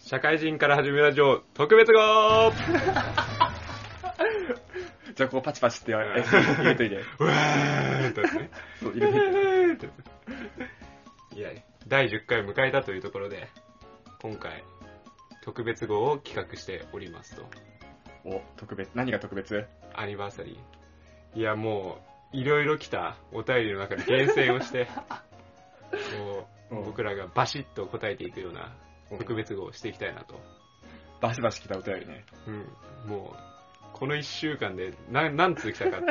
社会人から始めるラジオ特別号じゃあこうパチパチって入れといて。 うわーってね。 そう、入れといて。 いや、第10回を迎えたというところで、今回、特別号を企画しておりますと。 お、特別。何が特別？ アニバーサリー。いや、もう、いろいろ来たお便りの中で厳選をして、もう、僕らがバシッと答えていくような特別号をしていきたいなと。 バシバシ来たお便りね。 うん。もう、この1週間で何通来たか。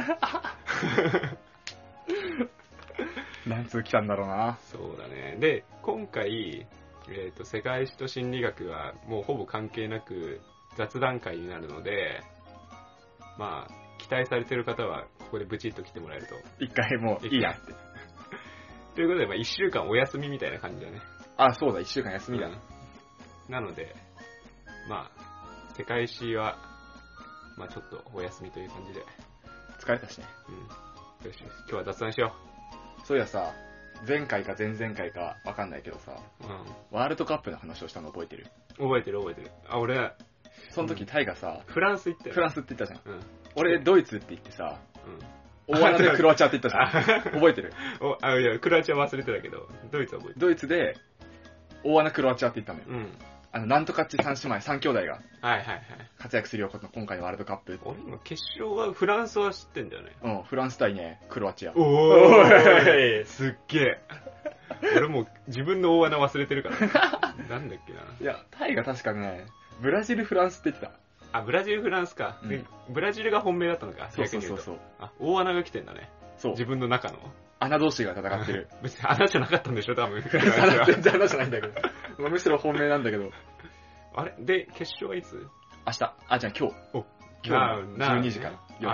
何通来たんだろうな。 そうだね。で、今回、世界史と心理学はもうほぼ関係なく雑談会になるので、まあ、期待されてる方はここでブチッと来てもらえると。 一回もういいやって。 ということで、まあ1週間お休みみたいな感じだね。 あ、そうだ、1週間休みだな。 なので、まあ、世界史は、まあちょっとお休みという感じで。 疲れたしね。 よしよし、今日は雑談しよそういやさ、前回か前々回かわかんないけどさ、ワールドカップの話をしたの覚えてる？ 覚えてる。あ、俺、 その時タイがさ、 フランス行ったよ。 フランスって言ったじゃん。俺ドイツって言ってさ、大穴でクロアチアって言ったじゃん。覚えてる？ いや、クロアチア忘れてたけど、ドイツは覚えてる。 ドイツで、大穴クロアチアって言ったのよ。なんとかっち3姉妹、3兄弟が活躍するよ、今回のワールドカップ。 俺今決勝はフランスは知ってんだよね。 フランス対ね、クロアチア。 おーいすっげえ。俺もう自分の大穴忘れてるから。なんだっけな。 いや、タイが確かね、ブラジル、フランスって言ってた。 あ、ブラジル、フランスか。ブラジルが本命だったのか。 そう。 あ、大穴が来てんだね。 そう。 自分の中の。 穴同士が戦ってる。 別に穴じゃなかったんでしょ、多分。 全然穴じゃないんだけど。むしろ本命なんだけど。 あれで、決勝はいつ？ 明日。じゃあ今日。今日12時から。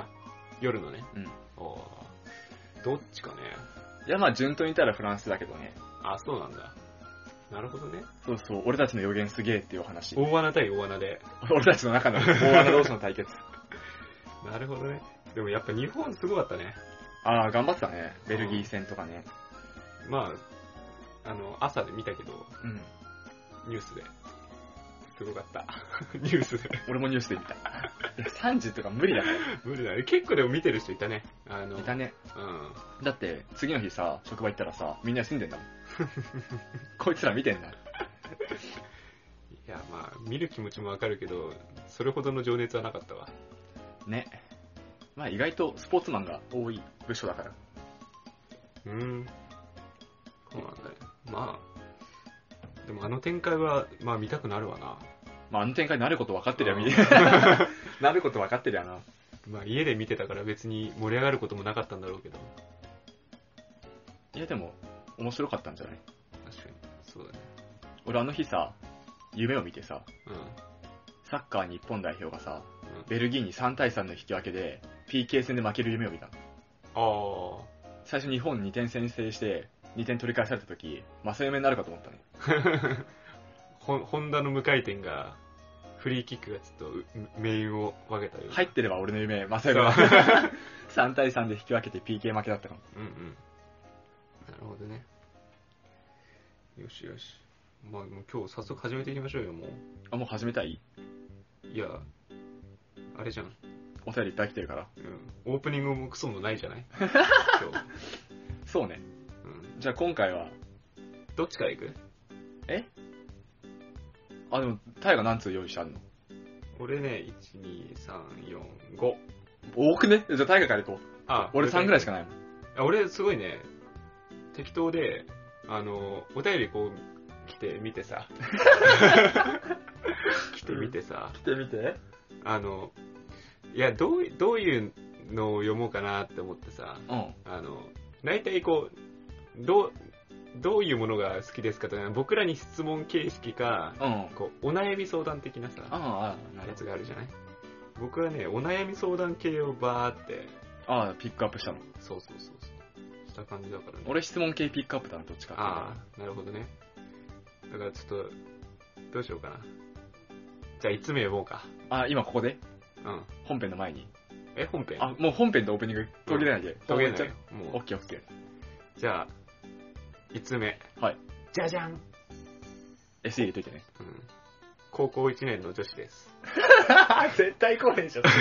夜のね。どっちかね。 いや、まあ順当に言ったらフランスだけどね。 あ、そうなんだ。なるほどね。 そう、俺たちの予言すげえっていう話。 大穴対大穴で。 俺たちの中の大穴同士の対決。 なるほどね。でもやっぱ日本すごかったね。 ああ、頑張ってたね。ベルギー戦とかね。 まあ、朝で見たけど、ニュースで。すごかった。ニュースで。 俺もニュースで見た。3時とか無理だから。 無理だね。結構でも見てる人いたね。 いたね。だって、次の日さ、職場行ったらさ、みんな休んでんだもん。こいつら見てんだ。いや、まあ、見る気持ちもわかるけど、それほどの情熱はなかったわ。 ね。まあ意外とスポーツマンが多い部署だから。 そうなんだね。まあ、でもあの展開は、まあ見たくなるわな。 まああの展開になること分かってるや見なること分かってるやな。 まあ家で見てたから別に盛り上がることもなかったんだろうけど。 いやでも、面白かったんじゃない？ 確かに。そうだね。 俺あの日さ、夢を見てさ、サッカー日本代表がさ、ベルギーに3対3の引き分けで PK 戦で負ける夢を見たの。最初日本2点先制して2点取り返された時、正夢になるかと思ったね。 ホンダの無回転がフリーキックがちょっと命運を分けたよ。 入ってれば俺の夢、正夢は3対3で引き分けて PK 負けだったかも。 なるほどね。よしよし。まあもう今日早速始めていきましょうよ、もう。 あ、もう始めたい？ いや、あれじゃん。 お便りいっぱい来てるから。 オープニングもクソもないじゃない今日。 そうね。じゃあ今回は、 どっちから行く？ あ、でも、タイが何通用意してあるの？ 俺ね、1、2、3、4、5。 多くね？じゃあタイがから行こう。俺3ぐらいしかないもん。 俺すごいね、適当で、お便りこう、来てみてさ。来てみて。いや、どういうのを読もうかなって思ってさ、大体こう、どういうものが好きですかとか、僕らに質問形式か、こうお悩み相談的なさ、やつがあるじゃない？僕はね、お悩み相談系をバーって、 ピックアップしたの。 そう。した感じだからね。 俺質問系ピックアップだな、どっちか。 なるほどね。だからちょっと、どうしようかな。じゃあ5つ目読もうか。 今ここで？本編の前に。 本編？ もう本編とオープニング途切れないで。 途切れない。 もう。オッケー。 じゃあ、5つ目。 はい。 じゃじゃん。 S 入れといてね。 高校1年の女子です。 絶対来ねえじゃん。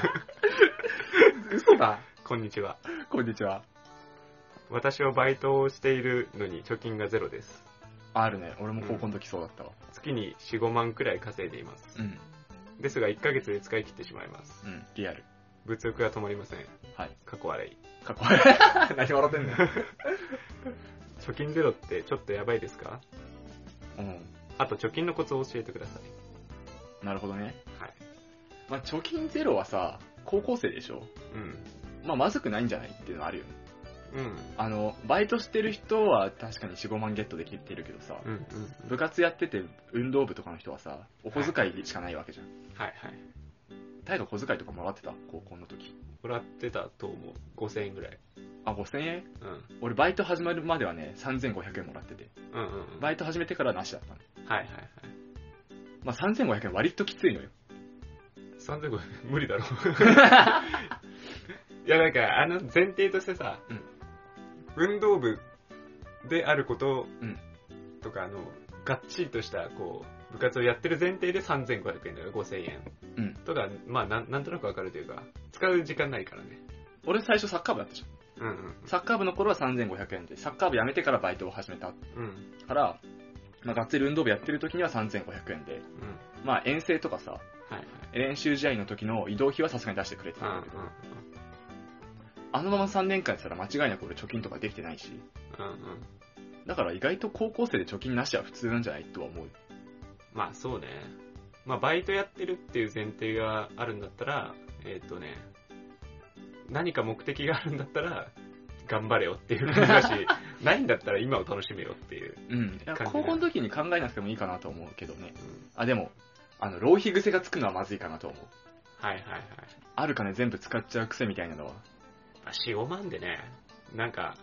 嘘だ。 こんにちは。 こんにちは。 私はバイトをしているのに貯金がゼロです。 あるね。俺も高校の時そうだったわ。 月に4、5万くらい稼いでいます。ですが1ヶ月で使い切ってしまいます。 リアル。 物欲が止まりません。 はい。 過去笑い。 過去笑い。何笑ってんのよ。 貯金ゼロってちょっとやばいですか？あと貯金のコツを教えてください。 なるほどね。 はい。 まあ貯金ゼロはさ、高校生でしょ？まあまずくないんじゃないっていうのはあるよね。バイトしてる人は確かに4、5万ゲットできてるけどさ、部活やってて運動部とかの人はさ、お小遣いしかないわけじゃん。 はいはい。 大河小遣いとかもらってた？高校の時。 もらってたと思う。5000円ぐらい。 あ、5000円？俺バイト始まるまではね、3500円もらってて。バイト始めてからなしだったの。 はいはいはい。 まあ3500円割ときついのよ。 3500円無理だろ。いやなんか前提としてさ、運動部であることとかがっちりとしたこう部活をやってる前提で3500円だよ、5000円。とか、まあなんとなくわかるというか、使う時間ないからね。 俺最初サッカー部だったじゃん。サッカー部の頃は3500円で、サッカー部辞めてからバイトを始めたから、まあがっつり運動部やってる時には3500円で、まあ遠征とかさ、練習試合の時の移動費はさすがに出してくれてたんだけど、あのまま3年間やったら間違いなく俺貯金とかできてないし、だから意外と高校生で貯金なしは普通なんじゃないとは思う。 まあそうね。まあバイトやってるっていう前提があるんだったら、何か目的があるんだったら頑張れよっていう感じだし、ないんだったら今を楽しめよっていう。 高校の時に考えなくてもいいかなと思うけどね。でも浪費癖がつくのはまずいかなと思う。 はいはいはい。 ある金全部使っちゃう癖みたいなのは。 4、5万でね、なんか、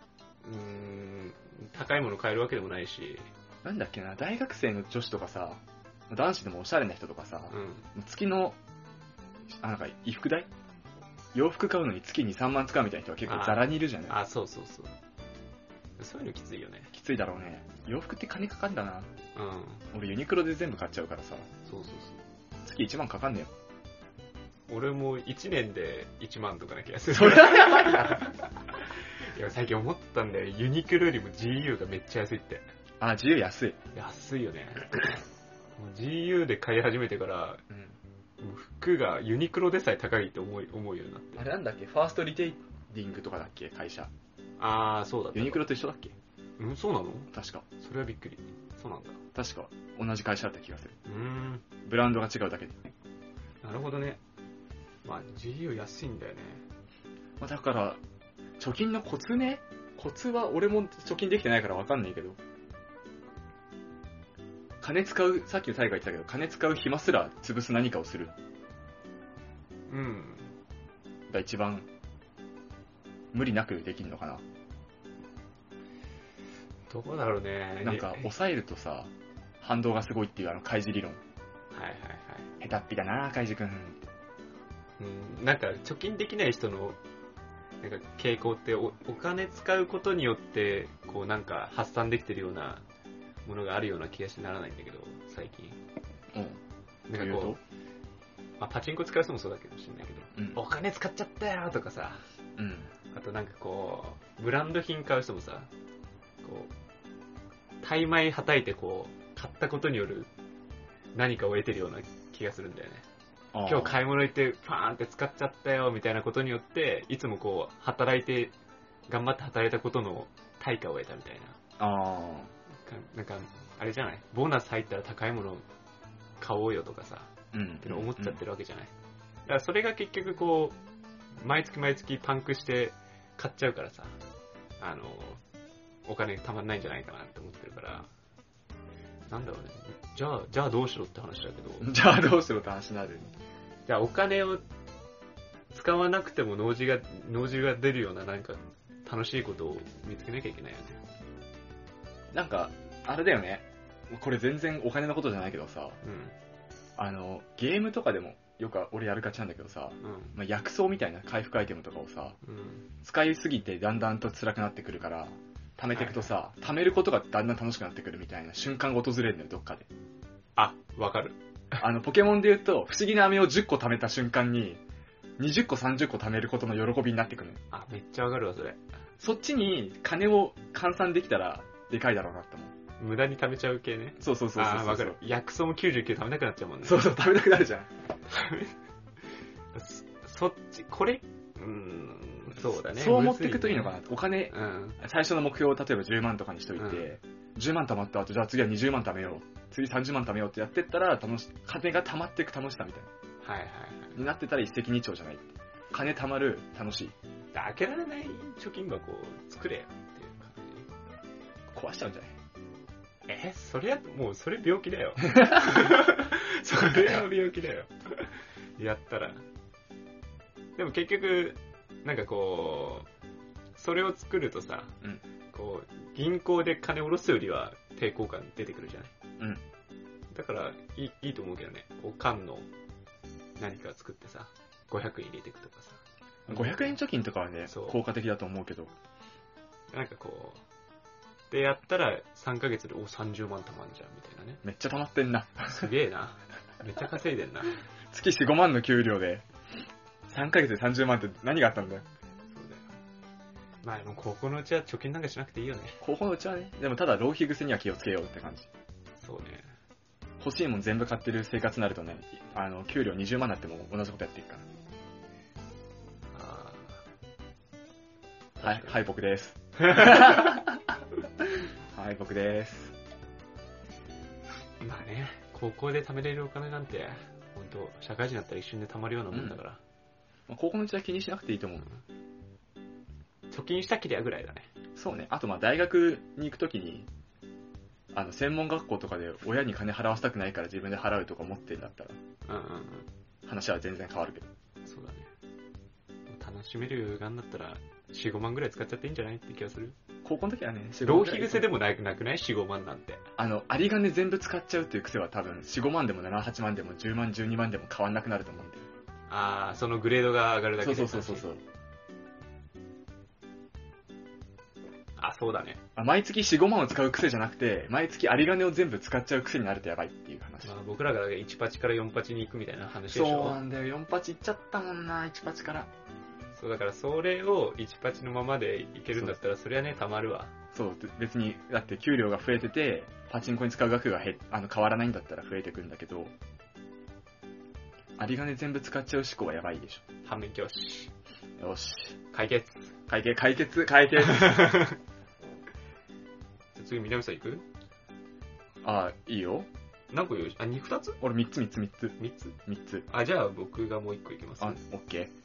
高いもの買えるわけでもないし。 なんだっけな、大学生の女子とかさ、男子でもおしゃれな人とかさ、月の、なんか衣服代？洋服買うのに月に3万使うみたいな人は結構ザラにいるじゃない？ そうそうそう。そういうのきついよね。 きついだろうね。洋服って金かかんだな。俺ユニクロで全部買っちゃうからさ。 そうそうそう。 月1万かかんねえよ。 俺も1年で1万とかな気がする。それはやばいな。いや最近思ったんだよ。ユニクロよりも GU がめっちゃ安いって。 GU 安い。 安いよね。GU で買い始めてから、服がユニクロでさえ高いって思うようになって。 あれなんだっけ、ファーストリテイリングとかだっけ、会社。 そうだった。 ユニクロと一緒だっけ？ そうなの？ 確か。 それはびっくり。そうなんだ。 確か同じ会社だった気がする。ブランドが違うだけで。 なるほどね。まあ GU 安いんだよね。 だから貯金のコツね。コツは俺も貯金できてないから分かんないけど、金使う、さっきのタイが言ってたけど、金使う暇すら潰す何かをする。が一番無理なくできるのかな。 どこだろうね。 なんか抑えるとさ、反動がすごいっていう開示理論。下手っぴだなカイジ君。 なんか貯金できない人のなんか傾向って、お金使うことによってこうなんか発散できてるようなものがあるような気がしてならないんだけど、最近。なんかこう、パチンコ使う人もそうだけどしんないけど、お金使っちゃったよとかさ、あとなんかこうブランド品買う人もさ、こう大枚はたいてこう買ったことによる何かを得てるような気がするんだよね。今日買い物行ってパーンって使っちゃったよみたいなことによって、いつもこう頑張って働いたことの対価を得たみたいな。なんかあれじゃない、ボーナス入ったら高いもの買おうよとかさ、って思っちゃってるわけじゃない。だからそれが結局こう毎月毎月パンクして買っちゃうからさ、お金たまんないんじゃないかなって思ってるから、なんだろうね。じゃあどうしろって話だけど。 じゃあどうしろって話になる。 じゃあお金を使わなくても脳汁が出るようななんか楽しいことを見つけなきゃいけないよね。 なんかあれだよね。これ全然お金のことじゃないけどさ、ゲームとかでもよく俺やるがちなんだけどさ、薬草みたいな回復アイテムとかをさ、使いすぎてだんだんと辛くなってくるから、貯めていくとさ、貯めることがだんだん楽しくなってくるみたいな瞬間が訪れるのよ、どっかで。 あ、わかる。 ポケモンで言うと、不思議な飴を10個貯めた瞬間に、20個30個貯めることの喜びになってくる。 あ、めっちゃわかるわ、それ。 そっちに金を換算できたら、でかいだろうなって思う。 無駄に貯めちゃう系ね。 そうそうそうそう。 あ、わかる。薬草も99貯めなくなっちゃうもんね。 そうそう、食べたくなるじゃん。 そっち、これ、そうだね。 そう思っていくといいのかな。お金、最初の目標を例えば10万とかにしといて、10万貯まった後、じゃあ次は20万貯めよう。次30万貯めようってやってったら、金が貯まっていく楽しさみたいな。 はいはいはい。 になってたら一石二鳥じゃない。金貯まる、楽しい。 開けられない貯金箱を作れよっていう感じ。壊しちゃうんじゃない？ それもうそれ病気だよ。それは病気だよ。やったら。でも結局、なんかこう、それを作るとさ、こう、銀行で金を下ろすよりは抵抗感出てくるじゃない。だからいいと思うけどね。こう缶の何か作ってさ、500円入れていくとかさ。 500円貯金とかはね、効果的だと思うけど。 なんかこう、でやったら3ヶ月で30万貯まんじゃんみたいなね。 めっちゃ貯まってんな。 すげえな。めっちゃ稼いでんな。 月4、5万の給料で、3ヶ月で30万って何があったんだよ。 そうだよ。まあでも高校のうちは貯金なんかしなくていいよね。 高校のうちはね。でもただ浪費癖には気をつけようって感じ。 そうね。 欲しいもん全部買ってる生活になるとね、給料20万になっても同じことやっていくから。はい、はい、僕です。はい、僕です。 まあね、高校で貯めれるお金なんて、本当社会人だったら一瞬で貯まるようなもんだから。 高校のうちは気にしなくていいと思う。 貯金したきりゃぐらいだね。 そうね。あと大学に行くときに、専門学校とかで親に金払わせたくないから自分で払うとか思ってんだったら、話は全然変わるけど。 そうだね。楽しめる余裕があんだったら、4、5万ぐらい使っちゃっていいんじゃないって気がする。 高校の時はね、 浪費癖でもなくない ?4、5万なんて。 有り金全部使っちゃうっていう癖は多分、4、5万でも7、8万でも10万、12万でも変わんなくなると思うんだよ。 ああ、そのグレードが上がるだけで。 そう。 あ、そうだね。 毎月4、5万を使う癖じゃなくて、毎月有り金を全部使っちゃう癖になるとやばいっていう話。 僕らが1パチから4パチに行くみたいな話でしょ。 そうなんだよ、4パチ行っちゃったもんな、1パチから。 そうだからそれを1パチのままでいけるんだったらそれはね、たまるわ。 そう別にだって給料が増えててパチンコに使う額が変わらないんだったら増えてくんだけど、有り金全部使っちゃう思考はやばいでしょ。 反面教師。 よし、 解決。次南さん行く？ いいよ。 何個用意し2つ？ 俺3つ。 3つ？じゃあ僕がもう1個いきます。 オッケー。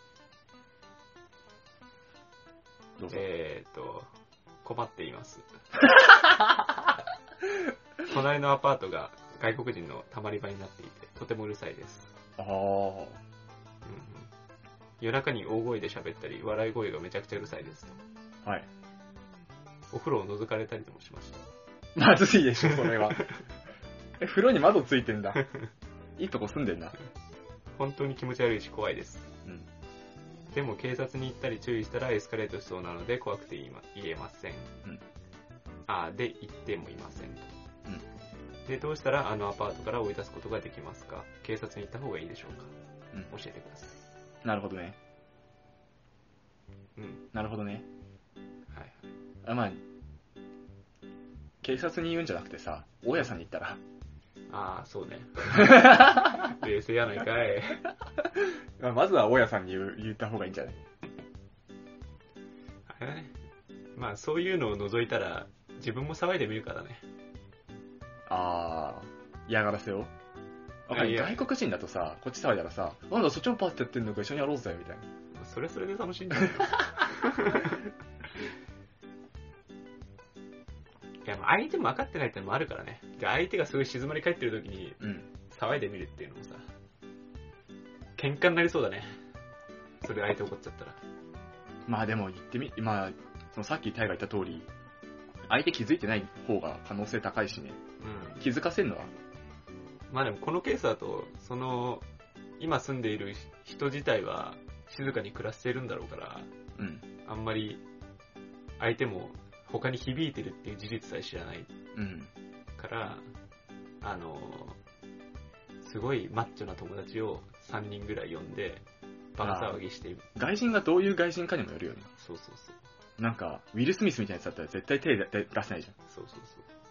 どうぞ。 困っています。隣のアパートが外国人のたまり場になっていて、とてもうるさいです。夜中に大声で喋ったり、笑い声がめちゃくちゃうるさいですと。 はい。 お風呂を覗かれたりもしました。 まずいでしょ、それは。風呂に窓ついてんだ。いいとこ住んでんな。 本当に気持ち悪いし怖いです。でも警察に行ったり注意したらエスカレートしそうなので怖くて言えません。で、言ってもいませんと。で、どうしたらアパートから追い出すことができますか？警察に行った方がいいでしょうか？教えてください。 なるほどね。なるほどね。はい。警察に言うんじゃなくてさ、大家さんに言ったら。 そうね。冷静やないかい。 まずは大家さんに言った方がいいんじゃない？ そういうのを除いたら、自分も騒いでみるからね。 嫌がらせを？外国人だとさ、こっち騒いだらさ、なんだそっちもパーってやってんのか一緒にやろうぜみたいな。 それで楽しいんだよ。いや、相手も分かってないってのもあるからね。相手がすごい静まり返ってる時に、騒いでみるっていうのもさ、喧嘩になりそうだね。それで相手怒っちゃったら。 でも言ってみ、そのさっきタイが言った通り、相手気づいてない方が可能性高いしね。気づかせるのは。 でもこのケースだと、今住んでいる人自体は静かに暮らしているんだろうから、あんまり相手も他に響いてるっていう事実さえ知らないから、 すごいマッチョな友達を3人ぐらい呼んで、バカ騒ぎしてる。 外人がどういう外人かにもよるよね。 そうそうそう。 なんか、ウィル・スミスみたいなやつだったら絶対手出せないじゃん。 そうそうそう。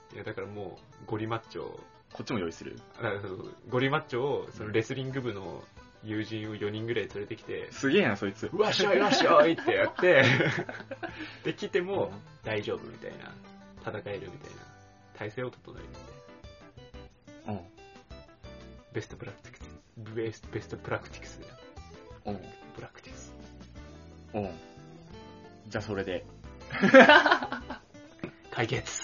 いや、だからもう、ゴリマッチョを、 こっちも用意する。 ゴリマッチョを、そのレスリング部の友人を4人ぐらい連れてきて、 すげえな、そいつ。 わっしょいわっしょいってやって、で、来ても大丈夫みたいな、戦えるみたいな、体制を整えるみたいな。ベストプラクティクス。ベストプラクティクスだよ。プラクティクス。 じゃあそれで。 解決。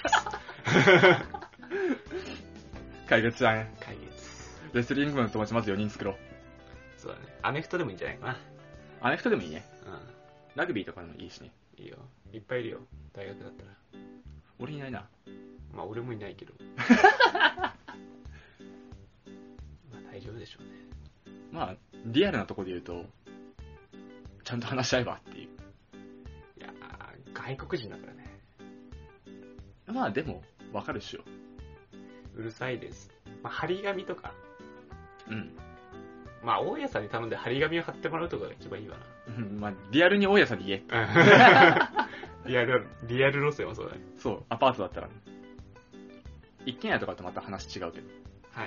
解決だね。 解決。 レスリング部の友達まず4人作ろう。 そうだね。アメフトでもいいんじゃないかな。 アメフトでもいいね。 うん。 ラグビーとかでもいいしね。 いいよ。いっぱいいるよ。大学だったら。 俺いないな。 まあ俺もいないけど。大丈夫でしょうね。 まあ、リアルなところで言うと、ちゃんと話し合えばっていう。 いやー、外国人だからね。 まあでも、わかるっしょ。 うるさいです。まあ、張り紙とか。 うん。 まあ、大家さんに頼んで張り紙を貼ってもらうとかが一番いいわな。 まあ、リアルに大家さんに言え。 リアル路線はそうだね。 そう、アパートだったらね。一軒家とかとまた話違うけど。 はいはい。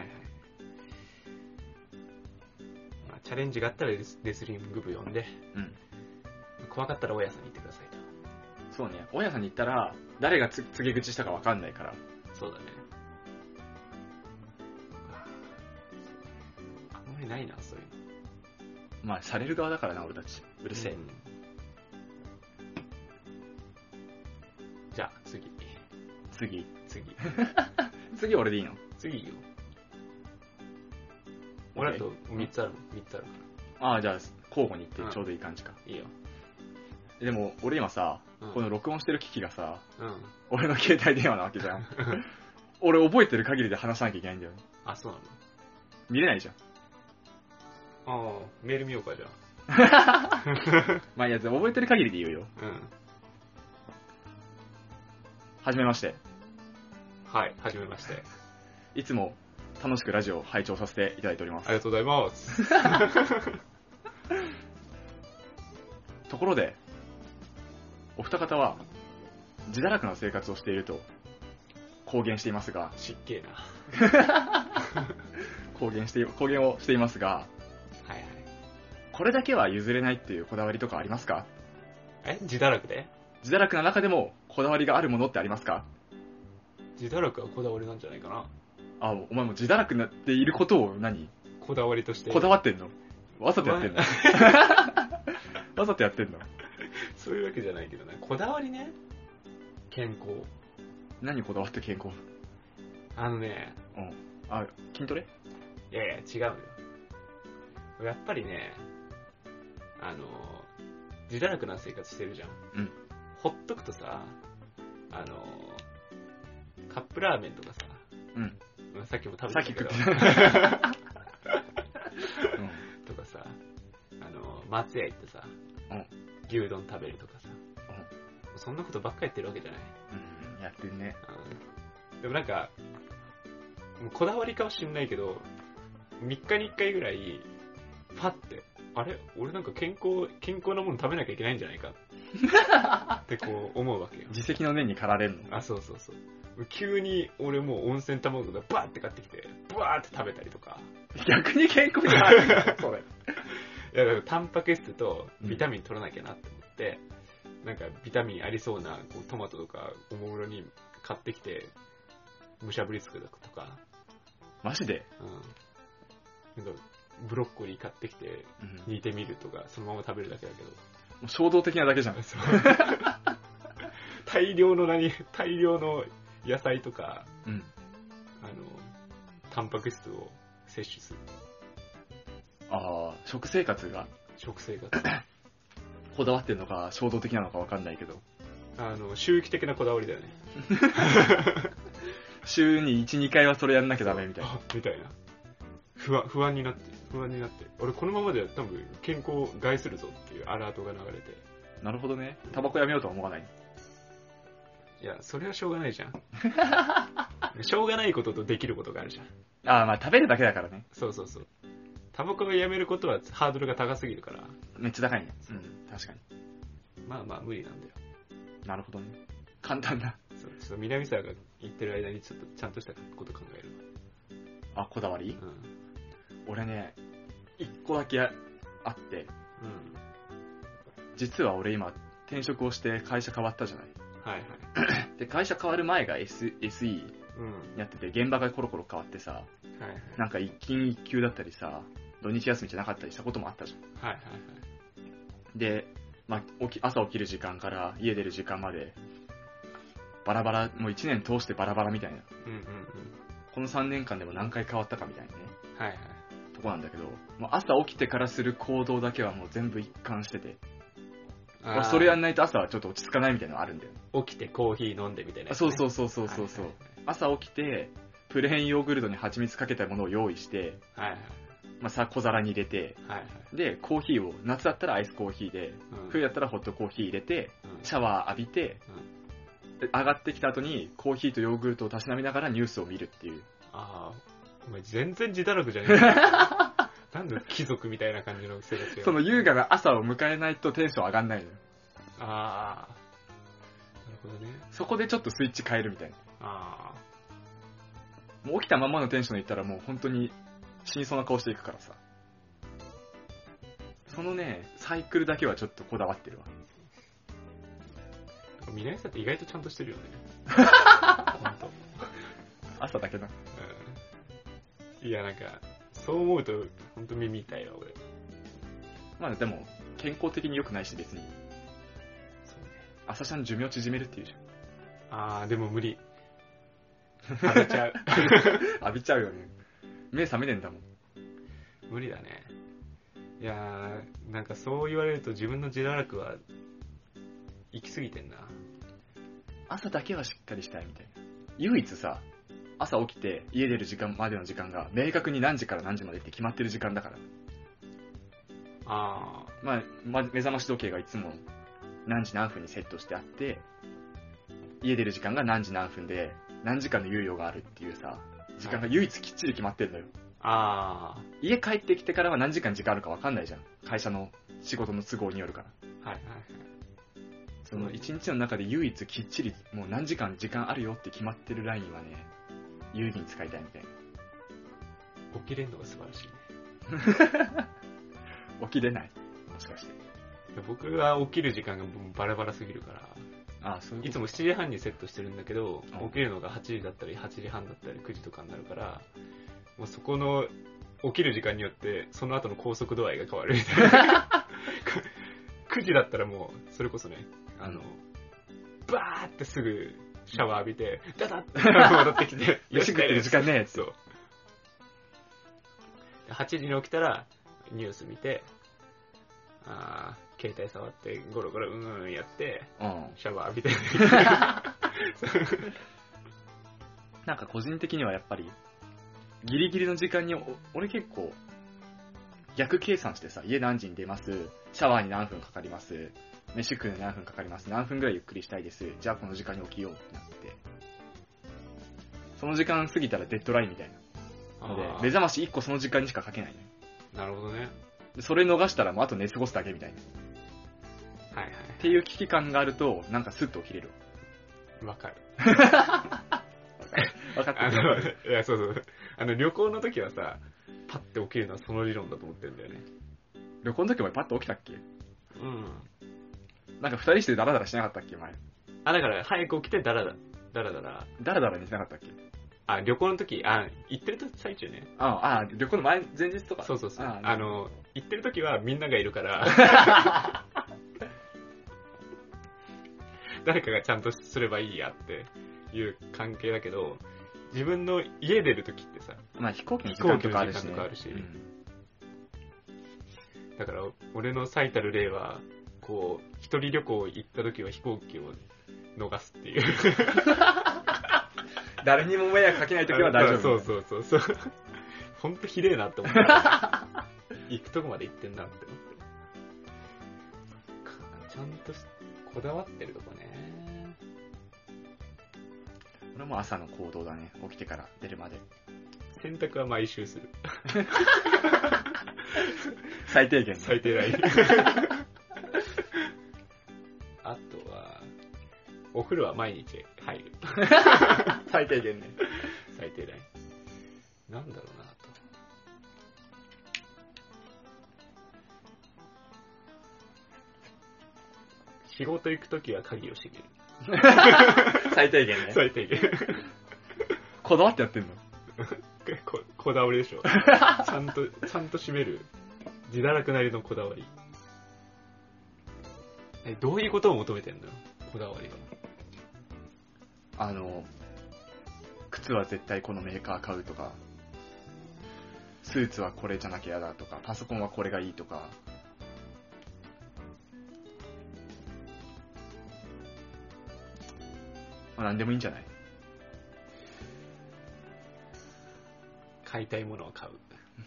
まあ、チャレンジがあったらレスリング部呼んで、怖かったら大家さんに行ってくださいと。 そうね、大家さんに行ったら、誰が告げ口したかわかんないから。 そうだね。あんまりないな、そういうの。 まあ、される側だからな、俺たち。うるせえ。 じゃあ、次。 次俺でいいの？ 次いいよ。俺だと3つあるから。 ああ、じゃあ、交互に行ってちょうどいい感じか。 いいよ。 でも、俺今さ、この録音してる機器がさ、 うん。 俺の携帯電話なわけじゃん。俺覚えてる限りで話さなきゃいけないんだよね。 あ、そうなの？ 見れないじゃん。 ああ、メール見ようか、じゃあ。まあいいやつ、覚えてる限りで言うよ。 うん。 はじめまして。 はい、はじめまして。 いつも楽しくラジオを拝聴させていただいております。 ありがとうございます。 ところで、お二方は自堕落な生活をしていると公言していますが、 しっけえな。 公言をしていますが、 はいはい。 これだけは譲れないっていうこだわりとかありますか？ 自堕落で？ 自堕落な中でもこだわりがあるものってありますか？ 自堕落はこだわりなんじゃないかな。 あ、お前も自堕落になっていることをこだわりとして。 こだわってんの？わざとやってんの？わざとやってんの？ そういうわけじゃないけどね。こだわりね。健康。 何こだわって健康？あ、筋トレ？ いやいや、違うよ。やっぱりね、自堕落な生活してるじゃん。 うん。 ほっとくとさ、カップラーメンとかさ、 うん。 さっきも食べてたけど。 さっき食ってた。 とかさ、松屋行ってさ、牛丼食べるとかさ、そんなことばっかやってるわけじゃない。 うん、やってんね。 でもなんか、こだわりかもしんないけど、3日に1回ぐらい、パッて、あれ俺なんか健康なもの食べなきゃいけないんじゃないかってこう思うわけよ。 自責の念に駆られるの？ あ、そうそうそう。急に俺もう温泉卵がバーって買ってきて、ブワーって食べたりとか。 逆に健康に悪いんだよ、それ。 いや、だからタンパク質とビタミン取らなきゃなって思って、なんかビタミンありそうなこうトマトとかおもむろに買ってきて、むしゃぶり作るとか。 マジで？ なんかブロッコリー買ってきて煮てみるとか、そのまま食べるだけだけど。 もう衝動的なだけじゃん。 大量の野菜とか、タンパク質を摂取する。 ああ、食生活こだわってんのか衝動的なのかわかんないけど、 周期的なこだわりだよね。 週に 1,2 回はそれやんなきゃダメみたいな。 みたいな。不安になって、俺このままでは多分健康を害するぞっていうアラートが流れて。 なるほどね。タバコやめようとは思わない。 いや、それはしょうがないじゃん。 しょうがないこととできることがあるじゃん。 ああ、まあ食べるだけだからね。 そうそうそう。タバコをやめることはハードルが高すぎるから。 めっちゃ高いね。うん、確かに。 まあまあ無理なんだよ。 なるほどね。簡単だ。 そう、ちょっと南沢が言ってる間にちょっとちゃんとしたこと考えるわ。あ、こだわり？うん。俺ね、一個だけあって、うん。実は俺今転職をして会社変わったじゃない。はいはい。で、会社変わる前が SE やってて、現場がコロコロ変わってさ、はいはい、なんか一勤一休だったりさ、土日休みじゃなかったりしたこともあったじゃん。はいはいはい。で、まあ、朝起きる時間から家出る時間まで、バラバラ、もう1年通してバラバラみたいな。うんうんうん。この3年間でも何回変わったかみたいなね。はいはい。とこなんだけど、もう朝起きてからする行動だけはもう全部一貫してて、俺それやんないと朝はちょっと落ち着かないみたいなのあるんだよ。 起きてコーヒー飲んでみたいな、ね。 そうそうそうそうそうそう、はいはいはい。朝起きて、プレーンヨーグルトに蜂蜜かけたものを用意して、はいはい。まあ、小皿に入れて、はいはい。で、コーヒーを、夏だったらアイスコーヒーで、うん、冬だったらホットコーヒー入れて、うん、シャワー浴びて、うん、で上がってきた後にコーヒーとヨーグルトをたしなみながらニュースを見るっていう。 ああ、お前全然自堕落じゃねえか。なんで貴族みたいな感じの生活よ。 その優雅な朝を迎えないとテンション上がんないのよ。 ああ。なるほどね。 そこでちょっとスイッチ変えるみたいな。ああ。もう起きたままのテンションでいったらもう本当に死にそうな顔していくからさ。そのね、サイクルだけはちょっとこだわってるわ。 南さんって意外とちゃんとしてるよね。本当。 朝だけな。 うん。いや、なんか、そう思うと、ほんと耳痛いわ、俺。 まあでも、健康的に良くないし、別に。そうね。朝シャン寿命縮めるっていうじゃん。あー、でも無理。浴びちゃう。 浴びちゃうよね。目覚めねえんだもん。 無理だね。いやー、なんかそう言われると自分の自堕落は、行き過ぎてんな。 朝だけはしっかりしたいみたいな。唯一さ、朝起きて家出る時間までの時間が明確に何時から何時までって決まってる時間だから。ああ。まあ、目覚まし時計がいつも何時何分にセットしてあって、家出る時間が何時何分で何時間の猶予があるっていうさ、時間が唯一きっちり決まってるのよ。ああ。家帰ってきてからは何時間時間あるか分かんないじゃん。会社の仕事の都合によるから。はいはいはい。その一日の中で唯一きっちりもう何時間時間あるよって決まってるラインはね、有意義に使いたいみたいな。 起きれんのが素晴らしいね。 起きれないもしかして。 僕が起きる時間がバラバラすぎるから、ああ、そういうこと。いつも7時半にセットしてるんだけど、起きるのが8時だったり8時半だったり9時とかになるから、もうそこの起きる時間によってその後の拘束度合いが変わるみたいな。9時だったらもうそれこそね、バーってすぐシャワー浴びて、ダダッて戻ってきて、 よし食ってる時間ねえ。 そう。8時に起きたらニュース見て、携帯触ってゴロゴロやって、シャワー浴びて。 なんか個人的にはやっぱりギリギリの時間に俺結構逆計算してさ、家何時に出ます、シャワーに何分かかります、飯食うのに何分かかります、何分ぐらいゆっくりしたいです、じゃあこの時間に起きようってなって、その時間過ぎたらデッドラインみたいなので、目覚まし1個その時間にしかかけないね。 なるほどね。 それ逃したらもうあと寝過ごすだけみたいな。はいはい。っていう危機感があると、なんかスッと起きれる。 わかる。 わかってる。 いや、そうそう。旅行の時はさ、パッて起きるのはその理論だと思ってるんだよね。 旅行の時お前パッと起きたっけ？うん。なんか二人してダラダラしなかったっけ前。 だから早く起きてダラダラ。 ダラダラにしなかったっけ？ 旅行の時、行ってる最中ね。 旅行の前日とか。 そうそうそう。行ってる時はみんながいるから、誰かがちゃんとすればいいやっていう関係だけど、自分の家出る時ってさ、 まあ飛行機の時間とかあるし、 だから俺の最たる例は、こう一人旅行行った時は飛行機を逃すっていう。 誰にも迷惑かけない時は大丈夫。 そう。ほんとひでえなって思って。行くとこまで行ってんなって思って。ちゃんとこだわってるとこね。 俺も朝の行動だね。起きてから出るまで。 洗濯は毎週する。 最低限。 最低ライン。あとは、お風呂は毎日入る。 最低限ね。 最低ライン。なんだろうな、あと。仕事行くときは鍵を閉める。 最低限ね。 最低限。 こだわってやってんの？ こだわりでしょ。ちゃんと閉める。自堕落なりのこだわり。どういうことを求めてんのよ、こだわりが。 靴は絶対このメーカー買うとか、スーツはこれじゃなきゃ嫌だとか、パソコンはこれがいいとか。まあ、何でもいいんじゃない？ 買いたいものを買う。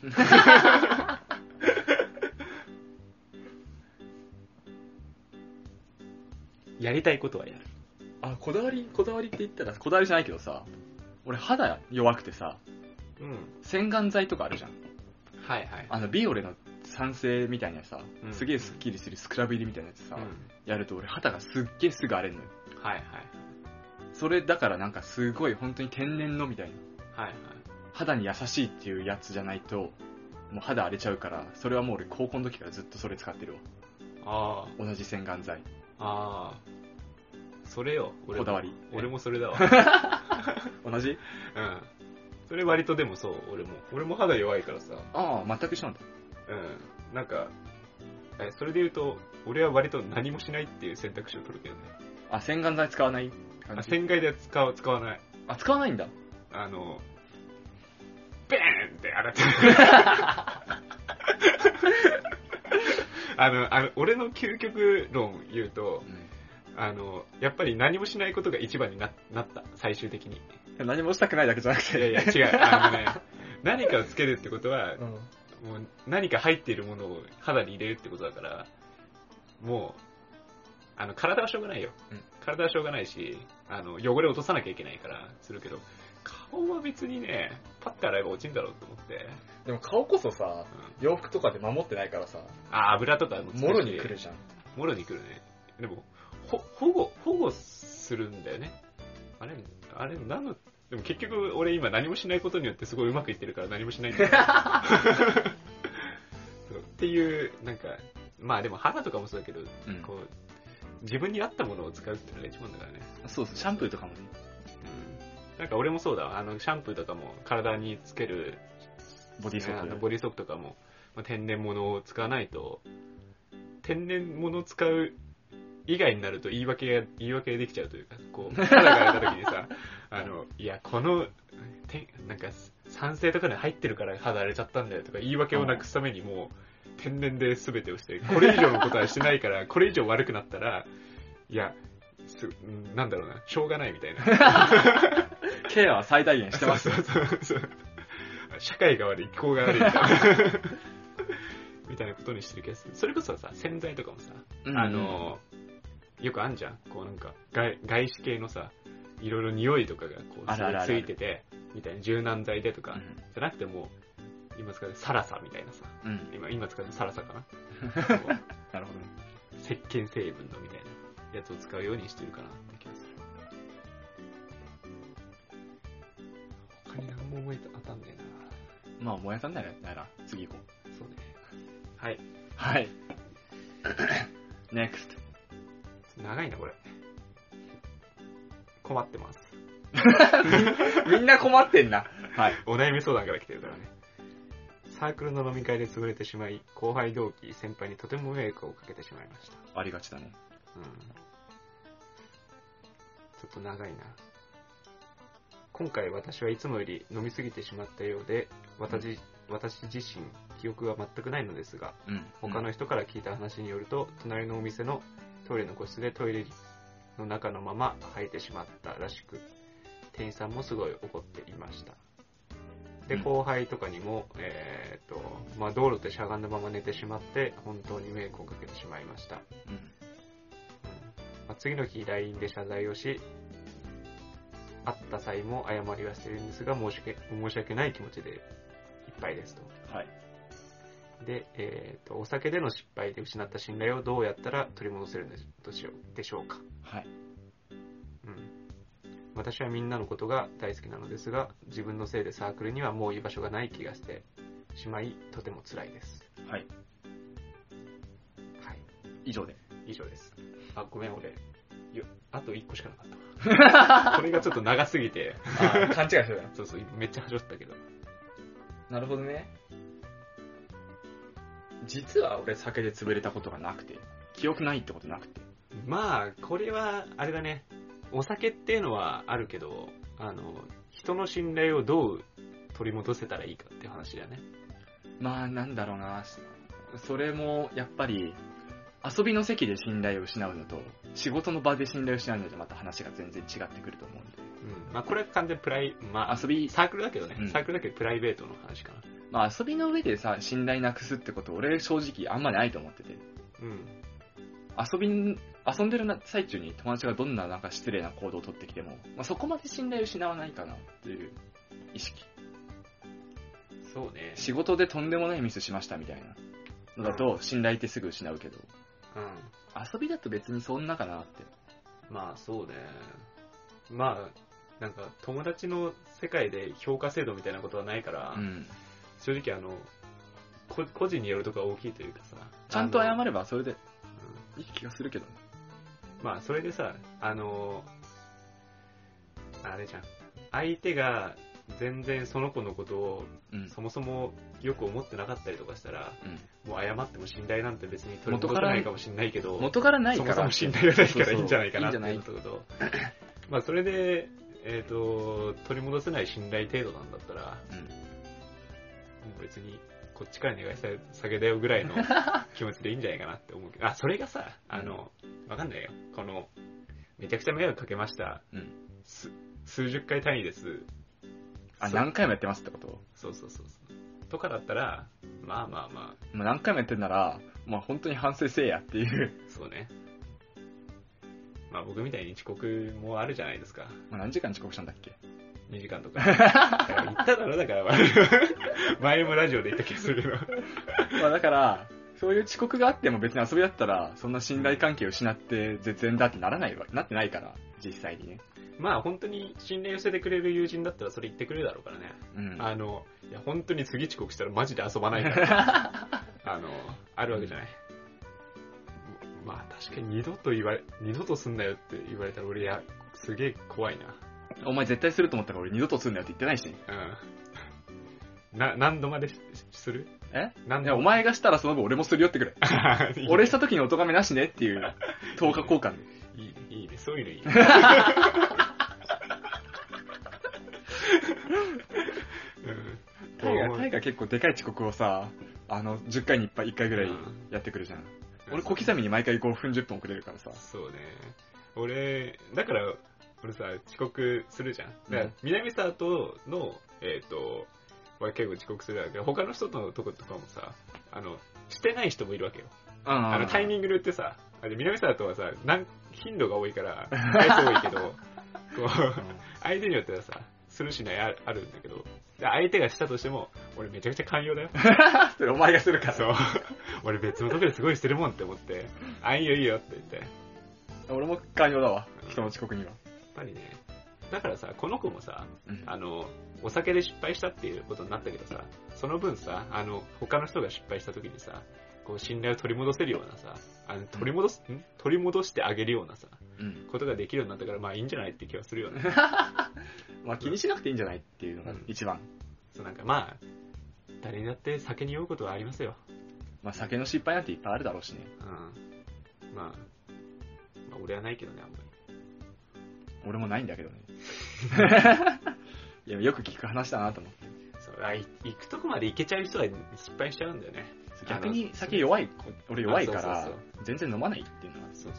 やりたいことはやる。 あ、こだわりって言ったら、こだわりじゃないけどさ、俺肌弱くてさ、 うん。 洗顔剤とかあるじゃん。 はいはい。 ビオレの酸性みたいなさ、 うん、 すげえスッキリするスクラブ入りみたいなやつさ、 うん、 やると俺肌がすっげえすぐ荒れんのよ。 はいはい。 それだからなんかすごい本当に天然のみたいな。 はいはい。 肌に優しいっていうやつじゃないと、もう肌荒れちゃうから、それはもう俺高校の時からずっとそれ使ってるわ。 ああ。 同じ洗顔剤。 ああ。それよ。 こだわり。 俺もそれだわ。 同じ？ うん。それ割とでもそう、俺も肌弱いからさ。 ああ、全く一緒なんだ。 うん。なんか、それで言うと、俺は割と何もしないっていう選択肢を取るけどね。 あ、洗顔剤使わない感じ？ 洗顔で使わない。 あ、使わないんだ。 ベーンって洗ってる。俺の究極論言うと、やっぱり何もしないことが一番になった、最終的に。 何もしたくないだけじゃなくて。 いや違う。何かをつけるってことは、もう何か入っているものを肌に入れるってことだから、もう、体はしょうがないよ。 うん、 体はしょうがないし、汚れを落とさなきゃいけないからするけど、顔は別にね、パッて洗えば落ちんだろうと思って。 でも顔こそさ、洋服とかで守ってないからさ。 油とかももろに来るじゃん。 もろに来るね。でも、保護するんだよね。あれでも結局俺今何もしないことによってすごいうまくいってるから何もしないんだよ。っていう、なんか、まあでも肌とかもそうだけど、こう、自分に合ったものを使うっていうのが一番だからね。 そうそう、シャンプーとかもね。 なんか俺もそうだわ。シャンプーとかも体につけるボディーソープ、 ボディーソープとかも、天然物を使わないと、天然物を使う以外になると言い訳できちゃうというか、こう、肌が荒れた時にさ、いや、なんか、酸性とかに入ってるから肌荒れちゃったんだよとか言い訳をなくすためにもう、天然で全てをして、これ以上のことはしてないから、これ以上悪くなったら、いや、なんだろうな、しょうがないみたいな。 ケアは最大限してます。 そう。社会が悪い、気候が悪いみたいな。みたいなことにしてる気がする。それこそさ、洗剤とかもさ、よくあんじゃん。こうなんか、外資系のさ、いろいろ匂いとかがこうついてて、みたいな柔軟剤でとか、じゃなくても今使うサラサみたいなさ、今使うサラサかな。 なるほどね。 石鹸成分のみたいなやつを使うようにしてるかなって気がする。他に何も思い当たんねえな。まあ思い当たんないなら次行こう。 そうね。はい。 はい。NEXT。 長いなこれ。困ってます。 みんな困ってんな。はい。 お悩み相談から来てるからね。サークルの飲み会で潰れてしまい、後輩同期、先輩にとても迷惑をかけてしまいました。 ありがちだね。 ちょっと長いな。今回私はいつもより飲みすぎてしまったようで、私自身記憶が全くないのですが、他の人から聞いた話によると、隣のお店のトイレの個室でトイレの中のまま吐いてしまったらしく、店員さんもすごい怒っていました。で、後輩とかにも、道路でしゃがんだまま寝てしまって、本当に迷惑をかけてしまいました。次の日 LINE で謝罪をし、 会った際も謝りはしているんですが、申し訳ない気持ちでいっぱいですと。 はい。 で、お酒での失敗で失った信頼をどうやったら取り戻せるんでしょうか。 はい。 私はみんなのことが大好きなのですが、自分のせいでサークルにはもう居場所がない気がしてしまい、とても辛いです。 はい。 はい。 以上です。 あ、ごめん、あと1個しかなかったわ。これがちょっと長すぎて。 勘違いするな。 そう、めっちゃはしょったけど。 なるほどね。実は俺酒で潰れたことがなくて、記憶ないってことなくて。 まあ、これは、あれだね。お酒っていうのはあるけど、人の信頼をどう取り戻せたらいいかっていう話だよね。 まあ、なんだろうな。それも、やっぱり、遊びの席で信頼を失うのと、仕事の場で信頼を失うのでまた話が全然違ってくると思うんで。 まあ、これは完全まあ、サークルだけどね。サークルだけどプライベートの話かな。 まあ、遊びの上でさ、信頼なくすってこと俺正直あんまないと思ってて。遊んでる最中に友達がどんななんか失礼な行動を取ってきても、まあ、そこまで信頼を失わないかなっていう意識。 そうね。 仕事でとんでもないミスしましたみたいなのだと信頼ってすぐ失うけど、遊びだと別にそんなかなって。 まあそうね。まあなんか友達の世界で評価制度みたいなことはないから、正直個人によるところが大きいというかさ、 ちゃんと謝ればそれでいい気がするけどね。 まあそれでさ、あれじゃん、相手が全然その子のことをそもそもよく思ってなかったりとかしたら、もう謝っても信頼なんて別に取り戻せないかもしれないけど、 元からないから、 そもそも信頼がないからいいんじゃないかなっていうことと、まあそれで取り戻せない信頼程度なんだったら、もう別にこっちから願い下げだよぐらいの気持ちでいいんじゃないかなって思うけど、それがさ、わかんないよ。めちゃくちゃ迷惑かけました。数十回単位です。 何回もやってますってこと？ そう。とかだったら、まあ。 何回もやってんなら、まあ本当に反省せえやっていう。 そうね。まあ僕みたいに遅刻もあるじゃないですか。 何時間遅刻したんだっけ ？2時間とか。言っただろ、だから前もラジオで言った気がするけど。 まあだから、そういう遅刻があっても別に遊びだったら、そんな信頼関係を失って絶縁だってなってないから、実際にね。 まあ本当に信頼を寄せてくれる友人だったらそれ言ってくれるだろうからね。いや本当に次遅刻したらマジで遊ばないから。あるわけじゃない。まあ確かに二度とすんなよって言われたら俺すげえ怖いな。 お前絶対すると思ったから俺二度とすんなよって言ってないし。 何度までする？ お前がしたらその分俺もするよってくらい。俺した時にお咎めなしねっていう10日交換。 いいね、そういうのいいね。 タイが結構でかい遅刻をさ、10回に1回ぐらいやってくるじゃん。俺小刻みに毎回5分10分遅れるからさ。 そうね。だから俺さ、遅刻するじゃん。だから南沢との、結構遅刻するわけど、他の人とのとことかもさ、してない人もいるわけよ。タイミングによってさ、南沢とはさ、頻度が多いから、回数多いけど、相手によってはさ、するしないあるんだけど、相手がしたとしても、俺めちゃくちゃ寛容だよ。 それお前がするから。 そう。俺別のとこですごいしてるもんって思って、いいよって言って。 俺も寛容だわ、人の遅刻には。やっぱりね。だからさ、この子もさ、お酒で失敗したっていうことになったけどさ、その分さ、他の人が失敗した時にさ、こう信頼を取り戻せるようなさ、取り戻してあげるようなさ、ことができるようになったから、まあいいんじゃないって気はするよね。 まあ気にしなくていいんじゃないっていうのが一番。 そうまあ、誰にだって酒に酔うことはありますよ。 まあ酒の失敗なんていっぱいあるだろうしね。 まあ俺はないけどね、あんまり。 俺もないんだけどね。いや、よく聞く話だなと思って。 行くとこまで行けちゃう人は失敗しちゃうんだよね。 逆に酒弱い、俺弱いから、全然飲まないっていうのは。 そう。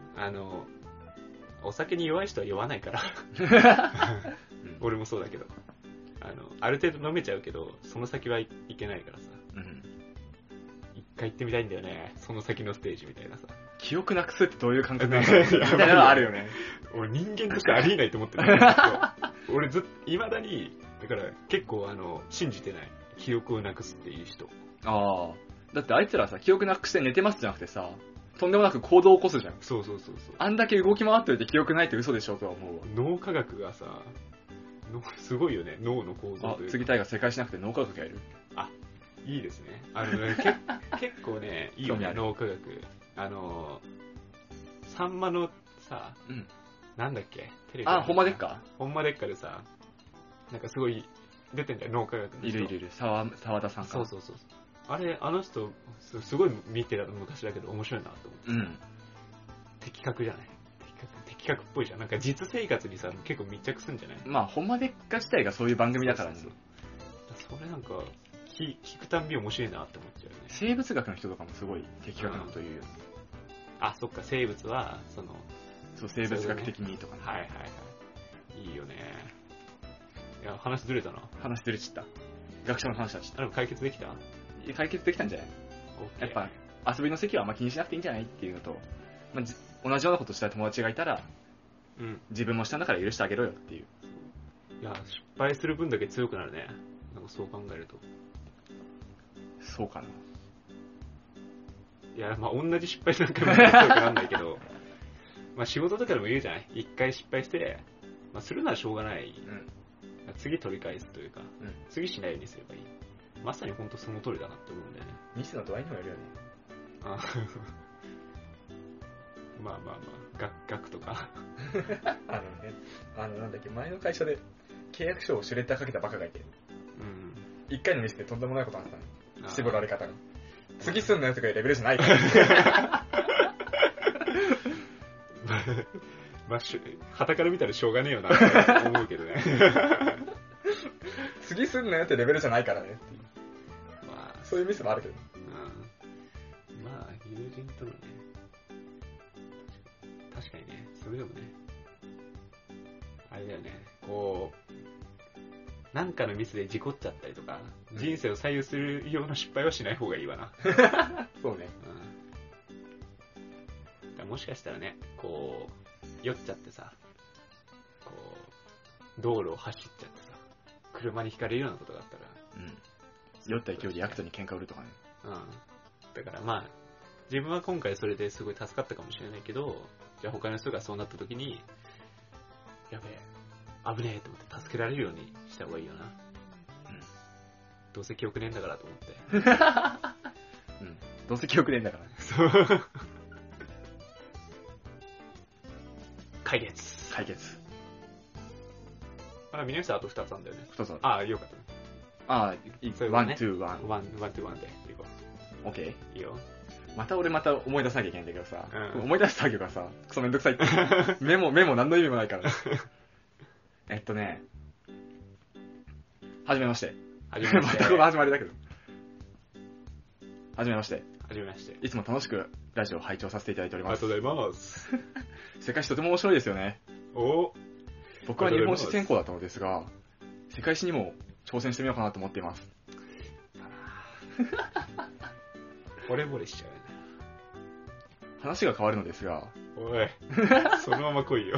お酒に弱い人は酔わないから。俺もそうだけど。ある程度飲めちゃうけど、その先はいけないからさ。一回行ってみたいんだよね。その先のステージみたいなさ。 記憶なくすってどういう感覚なのみたいなのはあるよね。 俺人間としてありえないと思ってる。俺いまだに、だから結構信じてない。記憶をなくすっていう人。 ああ。だってあいつらさ、記憶なくして寝てますじゃなくてさ、とんでもなく行動を起こすじゃん。 そう。 あんだけ動き回っておいて記憶ないって嘘でしょとは思うわ。 脳科学がさ、すごいよね、脳の構造というか。 次大河世界しなくて脳科学やる？ いいですね。結構ね、いいよね、脳科学。さんまのさ、なんだっけ、 テレビ。ほんまでっか？ ほんまでっかでさ、なんかすごい出てんだよ、脳科学の人。 いる。沢田さんか。 そう。あれ、あの人、すごい見てた昔だけど面白いなと思って。的確じゃない？的確っぽいじゃん。なんか実生活にさ、結構密着すんじゃない？ まあ、ほんまでっか自体がそういう番組だからね。 それなんか、聞くたんび面白いなって思っちゃうよね。 生物学の人とかもすごい的確なこと言うよね。 そっか、生物は、 そう、生物学的にとかね。 はい。いいよね。いや、話ずれたな。 話ずれちゃった。学者の話はちょっと。 解決できた？ 解決できたんじゃない？やっぱ、遊びの席はあんま気にしなくていいんじゃないっていうのと、同じようなことした友達がいたら、自分もしたんだから許してあげろよっていう。 いや、失敗する分だけ強くなるね。なんかそう考えると。 そうかな。 いや、同じ失敗なんかも強くなんないけど、仕事とかでも言うじゃない？一回失敗して、するのはしょうがない。次取り返すというか、次しないようにすればいい。まさに本当その通りだなって思うんだよね。 ミスの度合いにもよるよね。 額とか。 なんだっけ、前の会社で契約書をシュレッダーかけたバカがいて、一回のミスでとんでもないことあったの。絞られ方が。次すんなよとかいうレベルじゃないから。 旗から見たらしょうがねえよなって思うけどね。 次すんなよってレベルじゃないからねっていう。そういうミスもあるけど。 友人とのね。確かにね、それでもね。あれだよね、なんかのミスで事故っちゃったりとか、人生を左右するような失敗はしない方がいいわな。 そうね。 もしかしたらね、酔っちゃってさ、道路を走っちゃってさ、車にひかれるようなことがあったら、 酔った勢いでヤクザに喧嘩売るとかね。 だから自分は今回それですごい助かったかもしれないけど、じゃあ他の人がそうなった時に、やべえ、危ねえと思って助けられるようにした方がいいよな。どうせ記憶ねえんだからと思って。 どうせ記憶ねえんだから。 そう。解決。皆さんあと2つあんだよね。 2つある。よかった。 ワン、ツー、ワンでいこう。オッケー。 いいよ。 また思い出さなきゃいけないんだけどさ、思い出す作業がさ、クソめんどくさいって。メモ何の意味もないから。はじめまして。またこの始まりだけど。はじめまして。いつも楽しくラジオを拝聴させていただいております。 ありがとうございます。 世界史とても面白いですよね。僕は日本史専攻だったのですが、世界史にも挑戦してみようかなと思っています。 惚れ惚れしちゃうね。 話が変わるのですが、 おい、そのまま来いよ。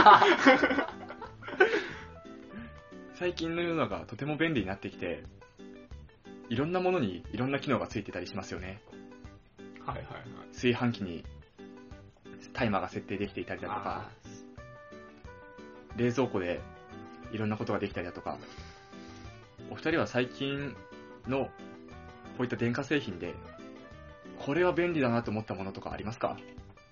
最近の世の中がとても便利になってきて、いろんなものにいろんな機能がついてたりしますよね。炊飯器にタイマーが設定できていたりだとか、冷蔵庫でいろんなことができたりだとか、お二人は最近のこういった電化製品でこれは便利だなと思ったものとかありますか？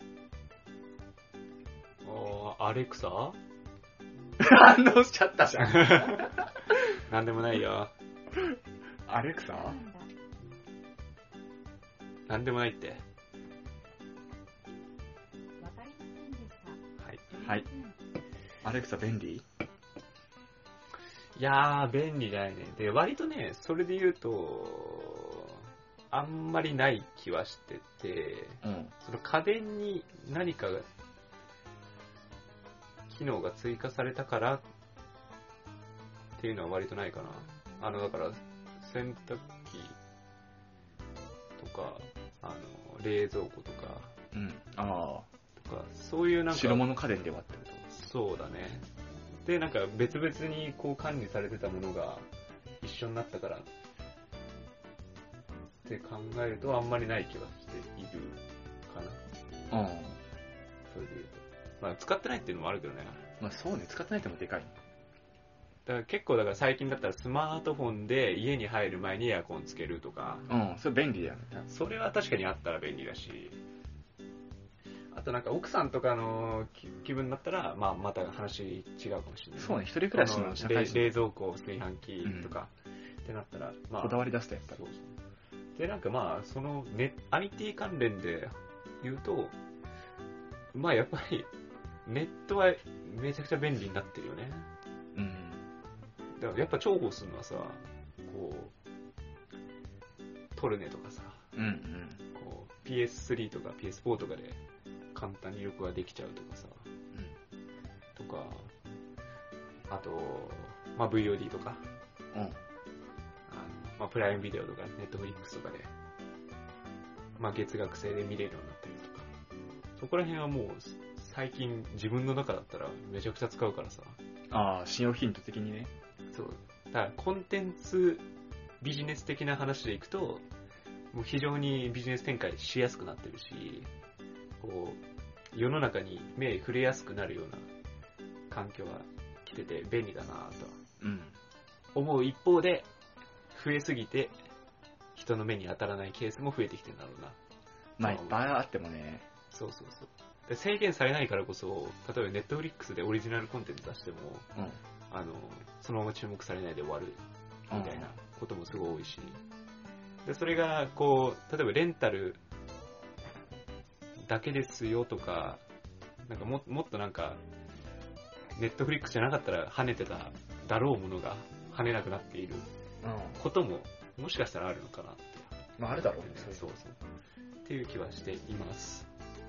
アレクサ？ 反応しちゃったじゃん。 なんでもないよ。 アレクサ？ なんでもないって。 はい。アレクサ便利？ いやー、便利だよね。で、割とね、それで言うと、あんまりない気はしてて、その家電に何か機能が追加されたからっていうのは割とないかな。だから、洗濯機とか、冷蔵庫とか、 うん。ああ。 とか、そういうなんか。 白物家電ではってこと？ そうだね。で、なんか別々にこう管理されてたものが一緒になったからって考えるとあんまりない気はしているかな。うん。それで言うと。まあ使ってないっていうのもあるけどね。 まあそうね、使ってないってもでかい。 だから結構だから最近だったらスマートフォンで家に入る前にエアコンつけるとか。 うん、それ便利だよね。 それは確かにあったら便利だし。あとなんか奥さんとかの気分だったら、まあまた話違うかもしれない。 そうね、一人暮らしの社会人。 冷蔵庫、炊飯器とか、ってなったら、まあ。 こだわり出すとやっぱり。そうそう。で、なんかまあ、そのIT 関連で言うと、まあやっぱり、ネットはめちゃくちゃ便利になってるよね。うん。だからやっぱ重宝するのはさ、こう、トルネとかさ、うんうん。こう PS3 とか PS4 とかで簡単に録画できちゃうとかさ、うん、とか、あと、まあ VOD とか、うん。まあプライムビデオとか、ネットフリックスとかで、まあ月額制で見れるようになったりとか、そこら辺はもう最近自分の中だったらめちゃくちゃ使うからさ。 ああ、使用頻度的にね。 そう。だからコンテンツビジネス的な話でいくと、もう非常にビジネス展開しやすくなってるし、こう、世の中に目触れやすくなるような環境が来てて便利だなぁとは、うん、思う一方で、増えすぎて人の目に当たらないケースも増えてきてるんだろうな。 まあいっぱいあってもね。 そうそうそう。で制限されないからこそ、例えばネットフリックスでオリジナルコンテンツ出しても、うん、そのまま注目されないで終わるみたいなこともすごい多いし、でそれがこう例えばレンタルだけですよとか、なんかもっとなんかネットフリックスじゃなかったら跳ねてただろうものが跳ねなくなっていることももしかしたらあるのかなって。 まああるだろうね。 そうそうっていう気はしています。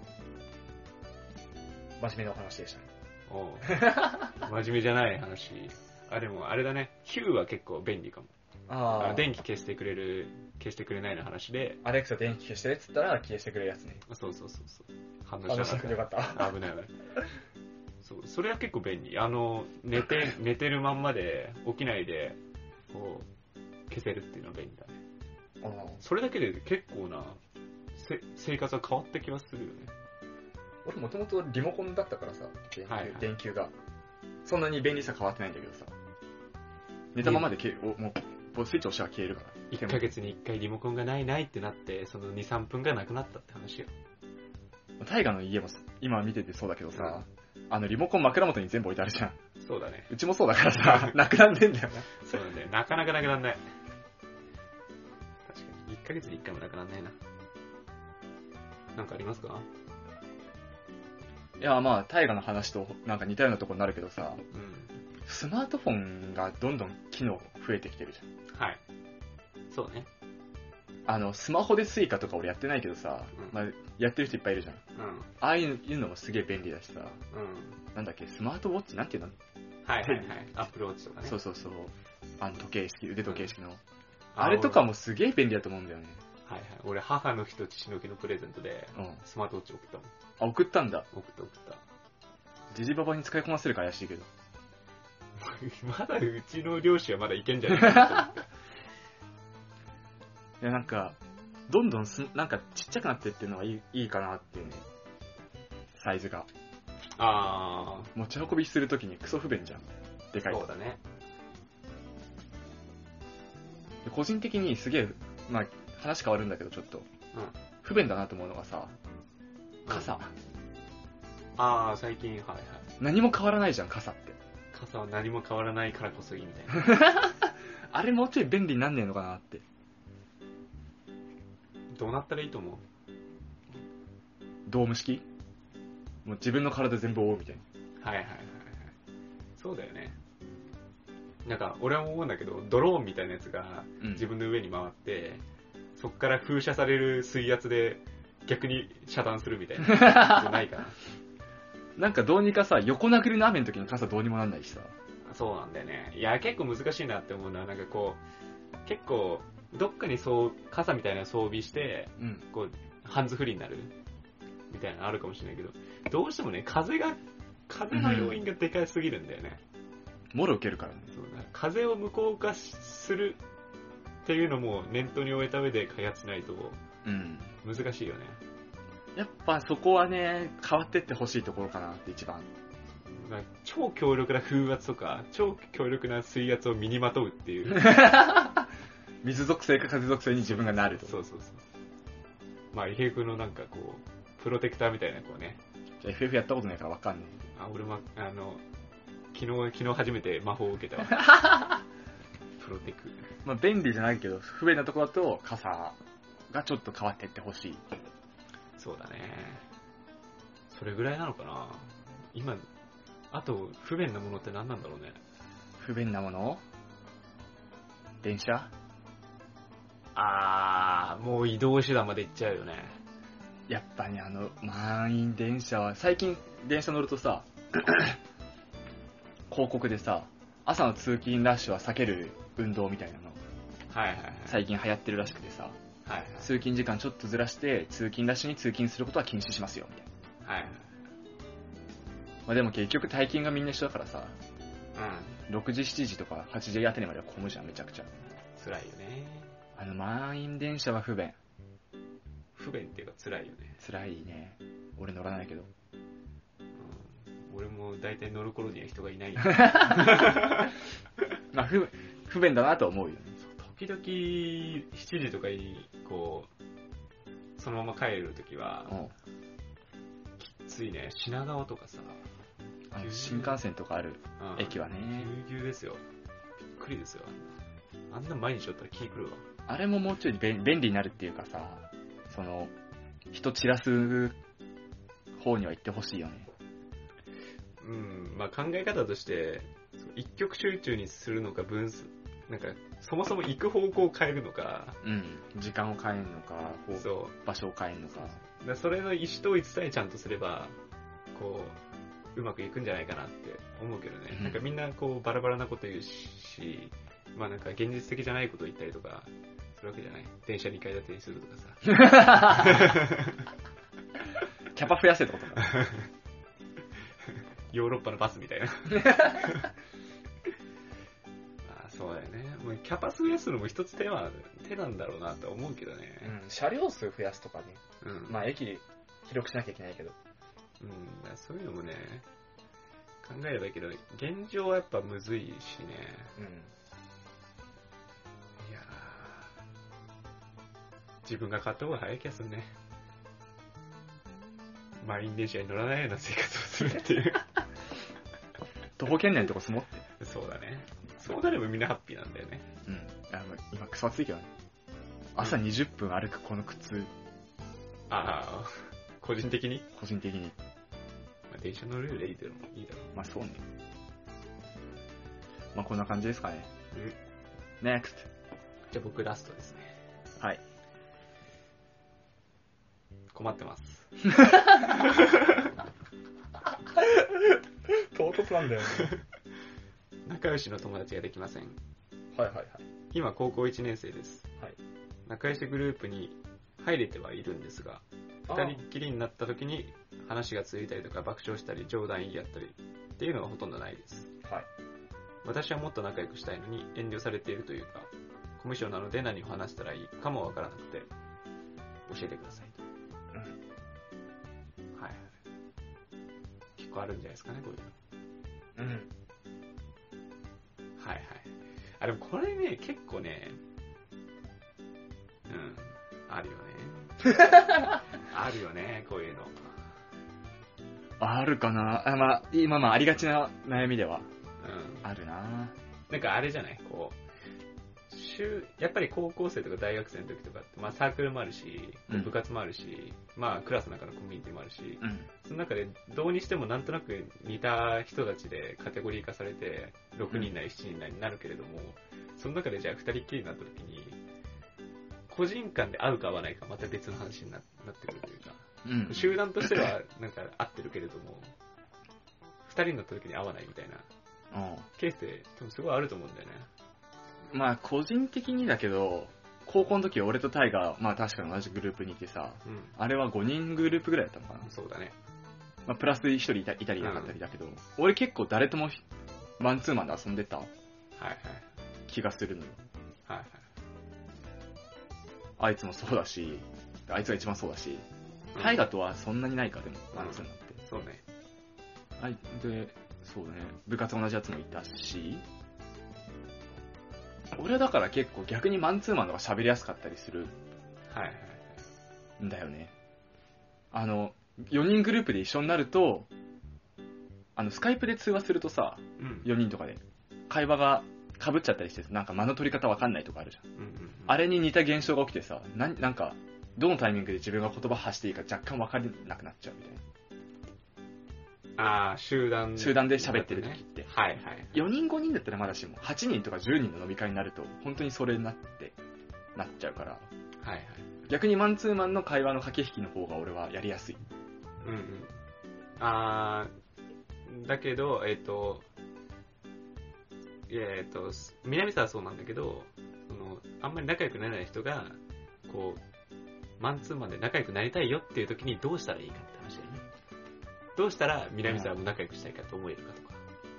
真面目なお話でしたね。 おう真面目じゃない話。あ、でもあれだね。ヒューは結構便利かも。電気消してくれる、消してくれないの話で。 アレクサ電気消してねっつったら消してくれるやつね。 そうそうそうそう。 反応しなくてよかった。 危ない危ない。そう、それは結構便利。寝てるまんまで起きないで、こう、消せるっていうのは便利だね。それだけで結構な、生活は変わった気はするよね。 俺もともとリモコンだったからさ、電球が。そんなに便利さ変わってないんだけどさ。寝たままでもうスイッチ押したら消えるから。 1ヶ月に1回リモコンがないってなって、その2、3分がなくなったって話よ。 タイガの家も今見ててそうだけどさ、リモコン枕元に全部置いてあるじゃん。 そうだね。 うちもそうだからさ、なくなんでんだよな。 そうなんだよ。なかなかなくなんない。確かに。1ヶ月に1回もなくなんないな。なんかありますか？ いや、まあ、タイガの話となんか似たようなところになるけどさ、うん、スマートフォンがどんどん機能増えてきてるじゃん。はい。そうね。 スマホでスイカとか俺やってないけどさ、うん、まあ、やってる人いっぱいいるじゃん。うん、ああいうのもすげえ便利だしさ、うん、なんだっけ、スマートウォッチなんていうの？ はいはいはい。アップルウォッチとかね。 そうそうそう。時計式、腕時計式の。あれとかもすげえ便利だと思うんだよね。 はいはい。俺、母の日と父の日のプレゼントで、スマートウォッチ送ったもん。 あ、送ったんだ。 送った。 ジジババに使いこなせるか怪しいけど。 まだうちの両親はまだいけんじゃないかなと思って。 いや、なんか、どんどんなんかちっちゃくなってっていうのがいいかなっていうね。サイズが。持ち運びするときにクソ不便じゃん。でかいと。 そうだね。 個人的にすげえ、まあ、話変わるんだけどちょっと、不便だなと思うのがさ、傘。 最近、はいはい。 何も変わらないじゃん、傘って。 傘は何も変わらないからこそいいみたいな。 あれもうちょい便利になんねえのかなって。 どうなったらいいと思う？ ドーム式？もう自分の体全部覆うみたいな。はいはいはいはい。そうだよね。なんか、俺は思うんだけど、ドローンみたいなやつが自分の上に回って、そっから風車される水圧で逆に遮断するみたいな。ないかな。 なんかどうにかさ、横殴りの雨の時に傘どうにもなんないしさ。 そうなんだよね。いや、結構難しいなって思うのは、なんかこう、結構、どっかに傘みたいな装備して、こう、ハンズフリーになるみたいなのあるかもしれないけど、どうしてもね、風の要因がでかすぎるんだよね。 もろ受けるからね。 そうだ、風を無効化するっていうのも念頭に置いた上で開発しないと難しいよね。 やっぱそこはね、変わってってほしいところかなって一番。 超強力な風圧とか超強力な水圧を身にまとうっていう水属性か風属性に自分がなると。 そう。まあ FF のなんかこうプロテクターみたいなこうね。 じゃあ FF やったことないからわかんない。 俺も昨日初めて魔法を受けたわ。プロテク。 まあ便利じゃないけど不便なところだと傘がちょっと変わってってほしい。 そうだね。それぐらいなのかな。今あと不便なものって何なんだろうね。 不便なもの？電車？ もう移動手段まで行っちゃうよね。 やっぱり満員電車は、最近電車乗るとさ、広告でさ、朝の通勤ラッシュは避ける運動みたいなの。最近流行ってるらしくてさ、通勤時間ちょっとずらして、通勤ラッシュに通勤することは禁止しますよ、みたいな。まあでも結局退勤がみんな一緒だからさ、6時、7時とか8時あたりまでは混むじゃん、めちゃくちゃ。 辛いよね。 満員電車は不便。 不便っていうか辛いよね。 辛いね。俺乗らないけど。 俺も大体乗る頃には人がいない。 まあ不便だなと思うよね。 時々7時とかにこうそのまま帰るときはきついね。品川とかさ、 新幹線とかある駅はね、 ぎゅうぎゅうですよ。びっくりですよ。あんな毎日だったら気狂うわ。 あれももうちょい便利になるっていうかさ、人散らす方には行ってほしいよね。 まあ考え方として一極集中にするのかなんかそもそも行く方向を変えるのか、 時間を変えるのか、場所を変えるのか。 それの意思統一さえちゃんとすればこううまくいくんじゃないかなって思うけどね。なんかみんなこうバラバラなこと言うし、まあなんか現実的じゃないこと言ったりとかするわけじゃない。電車2階建てにするとかさ。 キャパ増やせってことか。 ヨーロッパのバスみたいな。そうだよね。もうキャパ数増やすのも一つ手なんだろうなと思うけどね。 車両数増やすとかね。まあ駅広くしなきゃいけないけど。 そういうのもね、考えればいいけど、現状はやっぱむずいしね。いや自分が買った方が早い気がするね。満員電車に乗らないような生活をするっていう。 徒歩圏内のとこ住もうって。 そうだね。そうなればみんなハッピーなんだよね。 今クソ暑いけどね。朝20分歩くこの苦痛。 個人的に個人的に。 まあ、電車乗るよりいいだろう。 まあそうね。まあこんな感じですかね。NEXT。 じゃあ僕ラストですね。 はい。 困ってます。 唐突なんだよね。 仲良しの友達ができません。 はい。 今高校1年生です。 はい。 仲良しグループに入れてはいるんですが、二人っきりになった時に話が続いたりとか爆笑したり冗談言い合ったりっていうのはほとんどないです。 はい。 私はもっと仲良くしたいのに遠慮されているというか、コミュ障なので何を話したらいいかもわからなくて教えてくださいと。はい。結構あるんじゃないですかね、こういうの。はい。でもこれね、結構ね、あるよね。あるよね、こういうの。 あるかな。今ありがちな悩みでは。あるな。 なんかあれじゃない、こう、やっぱり高校生とか大学生の時とかって、まあサークルもあるし、部活もあるし、まあクラスの中のコミュニティもあるし、その中でどうにしてもなんとなく似た人たちでカテゴリー化されて、6人なり7人なりになるけれども、その中でじゃあ2人っきりになった時に、個人間で合うか合わないかまた別の話になってくるというか、集団としてはなんか合ってるけれども、2人になった時に合わないみたいなケースって多分すごいあると思うんだよね。 まあ個人的にだけど、 高校の時俺とタイが、まあ確かに同じグループにいてさ、あれは5人グループぐらいだったのかな。 そうだね。 まあプラス1人いたりいなかったりだけど、俺結構誰ともマンツーマンで遊んでた気がするのよ。はいはい。あいつもそうだし、あいつが一番そうだし、タイガとはそんなにないか、でも、マンツーマンって。 そうね。 で、そうだね、部活同じやつもいたし、俺はだから結構逆にマンツーマンの方が喋りやすかったりする。はいはい。んだよね。4人グループで一緒になると、スカイプで通話するとさ、4人とかで、会話が被っちゃったりして、なんか間の取り方わかんないとかあるじゃん。あれに似た現象が起きてさ、なんか、どのタイミングで自分が言葉発していいか若干わかりなくなっちゃうみたいな。 集団で喋ってる時って。はいはい。4人5人だったらまだしも、8人とか10人の飲み会になると、本当にそれになっちゃうから。はいはい。逆にマンツーマンの会話の駆け引きの方が俺はやりやすい。 だけど、南さんはそうなんだけど、あんまり仲良くなれない人が、こう、マンツーマンで仲良くなりたいよっていう時にどうしたらいいかって話だよね。どうしたら南さんも仲良くしたいかと思えるかとか。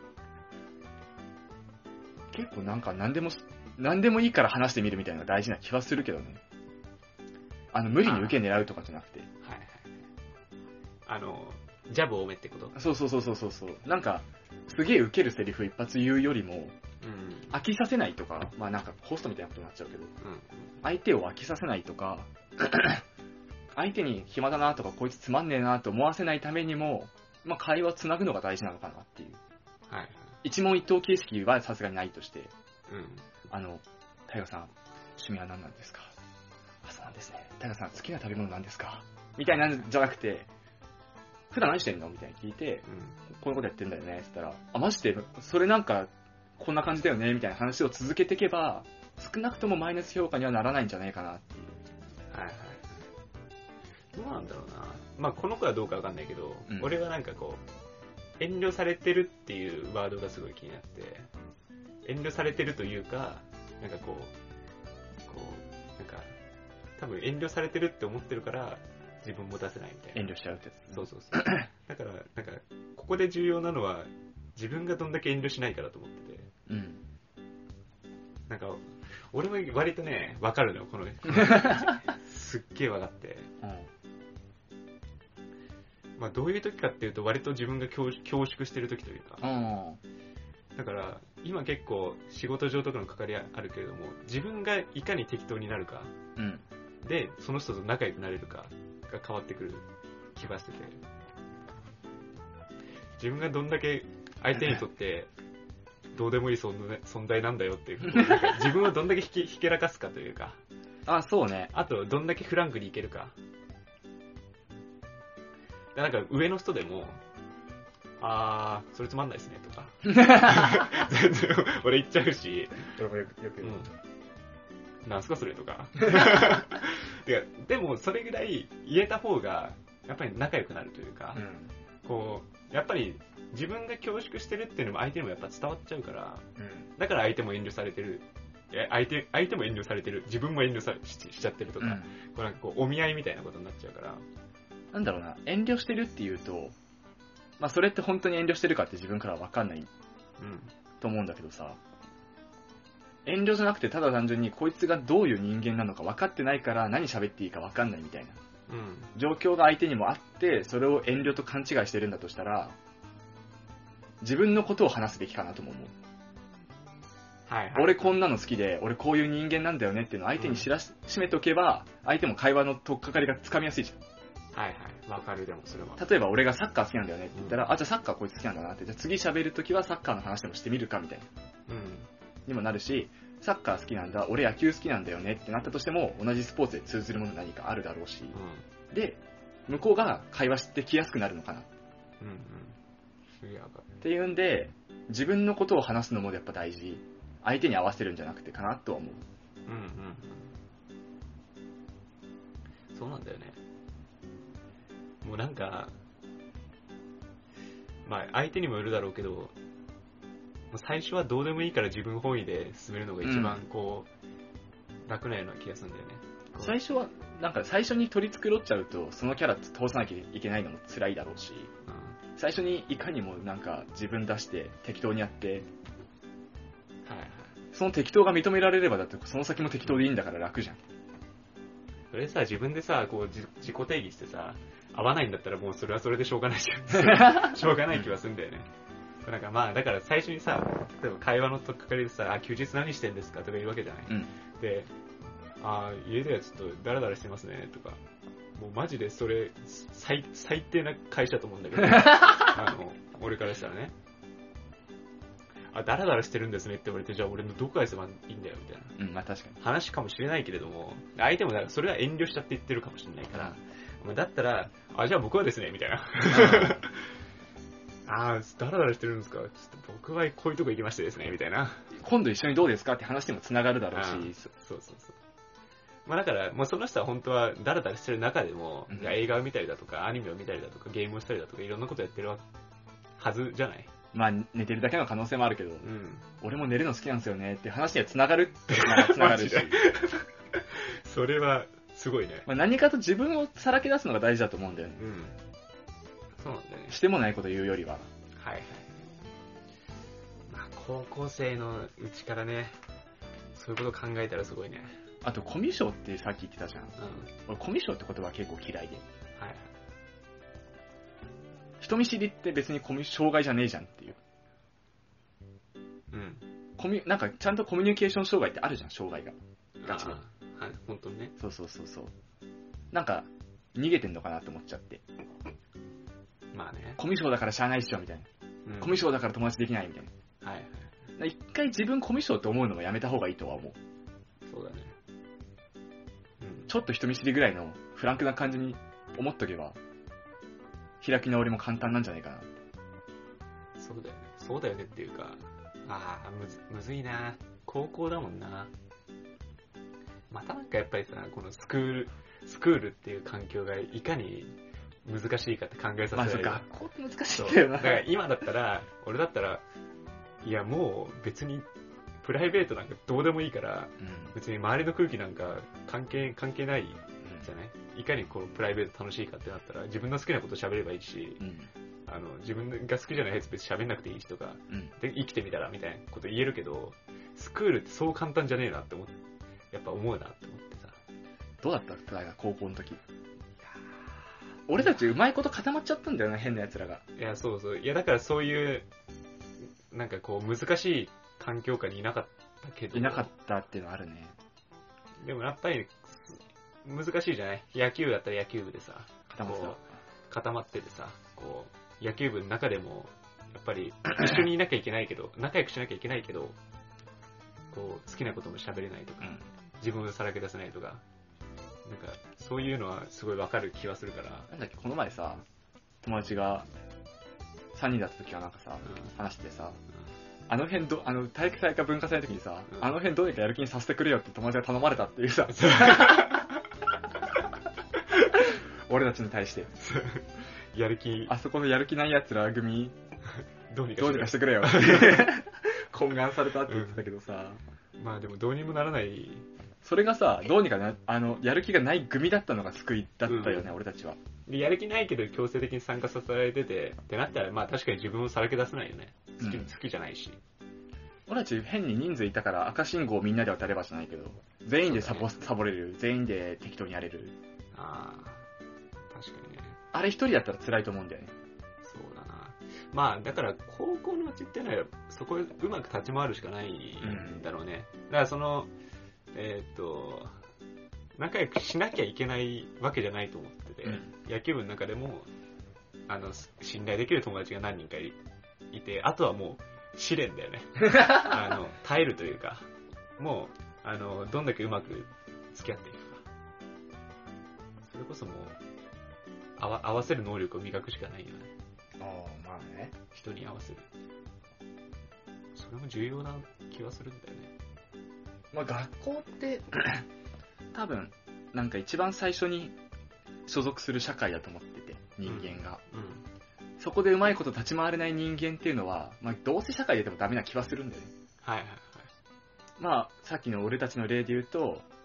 結構なんか何でもいいから話してみるみたいなのが大事な気はするけどね。無理に受け狙うとかじゃなくて。 はいはい。ジャブ多めってこと？ そう。なんか、すげえ受けるセリフ一発言うよりも、飽きさせないとか、まあなんかホストみたいなことになっちゃうけど、相手を飽きさせないとか、相手に暇だなとかこいつつまんねえなと思わせないためにも、まあ会話をつなぐのが大事なのかなっていう。はい。一問一答形式はさすがにないとして、タイガさん、趣味は何なんですか？あ、そうなんですね。タイガさん、好きな食べ物なんですか？みたいなんじゃなくて、普段何してんのみたいに聞いて、こういうことやってんだよねって言ったら、あ、マジでそれなんか、こんな感じだよねみたいな話を続けていけば、少なくともマイナス評価にはならないんじゃないかなっていう。はいはい。 どうなんだろうな。まあこの子はどうかわかんないけど、俺はなんかこう、遠慮されてるっていうワードがすごい気になって、遠慮されてるというか、なんかこう、なんか、多分遠慮されてるって思ってるから、自分も出せないみたいな。 遠慮しちゃうってやつ。 そう。だから、なんか、ここで重要なのは、自分がどんだけ遠慮しないからと思ってて。なんか、俺も割とね、わかるのよ、このすっげえわかって。まあ、どういう時かっていうと、割と自分が恐縮してる時というか。だから、今結構仕事上とかの関わりあるけれども、自分がいかに適当になるか、で、その人と仲良くなれるかが変わってくる気がしてて。自分がどんだけ相手にとってどうでもいい存在なんだよっていうことを、なんか自分をどんだけひけらかすかというか。 あ、そうね。 あと、どんだけフランクにいけるか。なんか上の人でも、それつまんないですねとか。全然俺言っちゃうし。 俺もよくなんすかそれとか。でもそれぐらい言えた方がやっぱり仲良くなるというか、こうやっぱり自分が恐縮してるっていうのも相手にもやっぱ伝わっちゃうから、だから相手も遠慮されてる、相手も遠慮されてる、自分も遠慮しちゃってるとか、こうなんかこうお見合いみたいなことになっちゃうから。 なんだろうな、遠慮してるっていうと、まあそれって本当に遠慮してるかって自分からは分かんない、と思うんだけどさ、遠慮じゃなくてただ単純にこいつがどういう人間なのか分かってないから何喋っていいか分かんないみたいな、状況が相手にもあってそれを遠慮と勘違いしてるんだとしたら、自分のことを話すべきかなとも思う。俺こんなの好きで俺こういう人間なんだよねっていうのを相手に知らしめておけば、相手も会話の取っかかりがつかみやすいじゃん。 わかる。でもそれは例えば俺がサッカー好きなんだよねって言ったら、じゃあサッカーこいつ好きなんだなって、じゃあ次喋るときはサッカーの話でもしてみるかみたいな、にもなるし、サッカー好きなんだ、俺野球好きなんだよねってなったとしても同じスポーツで通ずるもの何かあるだろうし、で向こうが会話してきやすくなるのかな、っていうんで自分のことを話すのもやっぱ大事、相手に合わせるんじゃなくてかなとは思う。 そうなんだよね。もうなんか、まあ相手にもよるだろうけど、もう最初はどうでもいいから自分本位で進めるのが一番こ楽なような気がするんだよね。 最初は、なんか最初に取り繕っちゃうと、そのキャラ通さなきゃいけないのも辛いだろうし、最初にいかにもなんか自分出して適当にやって、はいはい、その適当が認められればだってその先も適当でいいんだから楽じゃん。 それさ、自分でさ、こう自己定義してさ、合わないんだったらもうそれはそれでしょうがないじゃん。しょうがない気はするんだよね。なんかまあ、だから最初にさ、例えば会話のとっかかりでさ、あ、休日何してんですかとか言うわけじゃない。うん、で、あ、家ではちょっとダラダラしてますねとか、もうマジでそれ最低な会社と思うんだけど、俺からしたらね、あ、ダラダラしてるんですねって言われて、じゃあ俺のどこ返せばいいんだよみたいな、 まあ確かに話かもしれないけれども、相手もだからそれは遠慮しちゃって言ってるかもしれないから、まあ、だったら、あ、じゃあ僕はですねみたいな。ああ、ダラダラしてるんですか、ちょっと僕はこういうとこ行きましてですねみたいな。 今度一緒にどうですかって話にもつながるだろうし。 そう。まあだから、もうその人は本当はダラダラしてる中でも、いや映画を見たりだとか、アニメを見たりだとか、ゲームをしたりだとか、いろんなことやってるはずじゃない。 まあ寝てるだけの可能性もあるけど、俺も寝るの好きなんですよねって話にはつながるつながるし。 それはすごいね。 まあ、何かと自分をさらけ出すのが大事だと思うんだよね。 そうなんだよね。 してもないこと言うよりは。 はいはい。まあ高校生のうちからね、そういうこと考えたらすごいね。 あとコミュ障ってさっき言ってたじゃん。俺コミュ障って言葉結構嫌いで。はい。人見知りって別に障害じゃねえじゃんっていう。なんかちゃんとコミュニケーション障害ってあるじゃん、障害が。ガチで。 はい、本当にね。 そう。なんか逃げてんのかなって思っちゃって。 まあね。 コミュ障だからしゃあないっしょみたいな。コミュ障だから友達できないみたいな。はい。一回自分コミュ障って思うのもやめた方がいいとは思う。 そうだね。 ちょっと人見知りぐらいのフランクな感じに思っとけば、開き直りも簡単なんじゃないかな。 そうだよね。そうだよねっていうか、むずいな。高校だもんな。またなんかやっぱりさ、このスクールっていう環境がいかに難しいかって考えさせられる。 まあ学校って難しいんだよな。 だから今だったら、俺だったら、いやもう別にプライベートなんかどうでもいいから、別に周りの空気なんか関係ないじゃない。いかにこのプライベート楽しいかってなったら、自分の好きなこと喋ればいいし、自分が好きじゃないやつ別に喋んなくていい人が、で生きてみたらみたいなこと言えるけど、スクールってそう簡単じゃねえなってやっぱ思うなって思ってさ。 どうだった高校の時。俺たちうまいこと固まっちゃったんだよな、変な奴らが。 いや、そう。いや、だからそういう、なんかこう難しい環境下にいなかったけど。 いなかったっていうのはあるね。 でもやっぱり、難しいじゃない。野球だったら野球部でさ、固まっててさ、こう、野球部の中でも、やっぱり一緒にいなきゃいけないけど、仲良くしなきゃいけないけど、こう、好きなことも喋れないとか、自分をさらけ出せないとか、なんか、そういうのはすごいわかる気はするから。 なんだっけ、この前さ、友達が、3人だった時はなんかさ、話してさ、あの辺体育祭か文化祭の時にさ、あの辺どうにかやる気にさせてくれよって友達が頼まれたっていうさ、俺たちに対して。 やる気。 あそこのやる気ない奴ら組、 どうにかしてくれよって。懇願されたって言ってたけどさ。 まあでもどうにもならない。 それがさ、どうにかな、やる気がない組だったのが救いだったよね、俺たちは。 でやる気ないけど強制的に参加させられてて、ってなったら、まあ確かに自分をさらけ出せないよね。好きじゃないし。 俺たち変に人数いたから赤信号みんなで渡ればじゃないけど、全員でサボれる、全員で適当にやれる。 ああ、確かにね。 あれ一人だったら辛いと思うんだよね。 そうだな。まあだから高校のうちってのはそこへうまく立ち回るしかないんだろうね。だからその、仲良くしなきゃいけないわけじゃないと思ってて、野球部の中でも、信頼できる友達が何人かいて、あとはもう試練だよね。耐えるというか、もう、どんだけうまく付き合っていくか。それこそもう、合わせる能力を磨くしかないよね。 まあね。 人に合わせる。それも重要な気はするんだよね。 まあ学校って多分なんか一番最初に所属する社会だと思ってて、人間が、そこでうまいこと立ち回れない人間っていうのは、まあどうせ社会でもダメな気はするんだよね。 はい。 まあさっきの俺たちの例で言うと、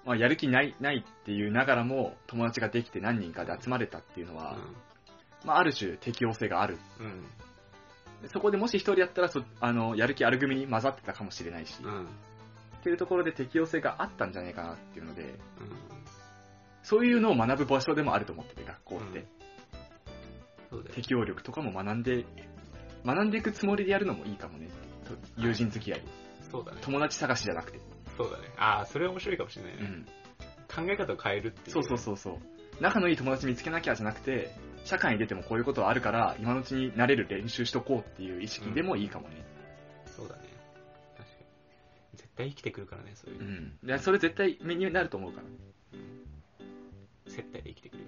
まあ、やる気ないっていうながらも友達ができて何人かで集まれたっていうのは、まあ、ある種適応性がある。そこでもし一人やったらやる気ある組に混ざってたかもしれないし、っていうところで適応性があったんじゃないかなっていうので、そういうのを学ぶ場所でもあると思ってて、学校って。適応力とかも学んでいくつもりでやるのもいいかもね。友人付き合い。 そうだね。 友達探しじゃなくて。 そうだね。ああ、それ面白いかもしれないね。考え方を変えるっていう。 そう。仲のいい友達見つけなきゃじゃなくて、社会に出てもこういうことはあるから、今のうちになれる練習しとこうっていう意識でもいいかもね。 そうだね。確かに。絶対生きてくるからね、そういう。 でそれ絶対目になると思うから。 接待で生きてくるよ。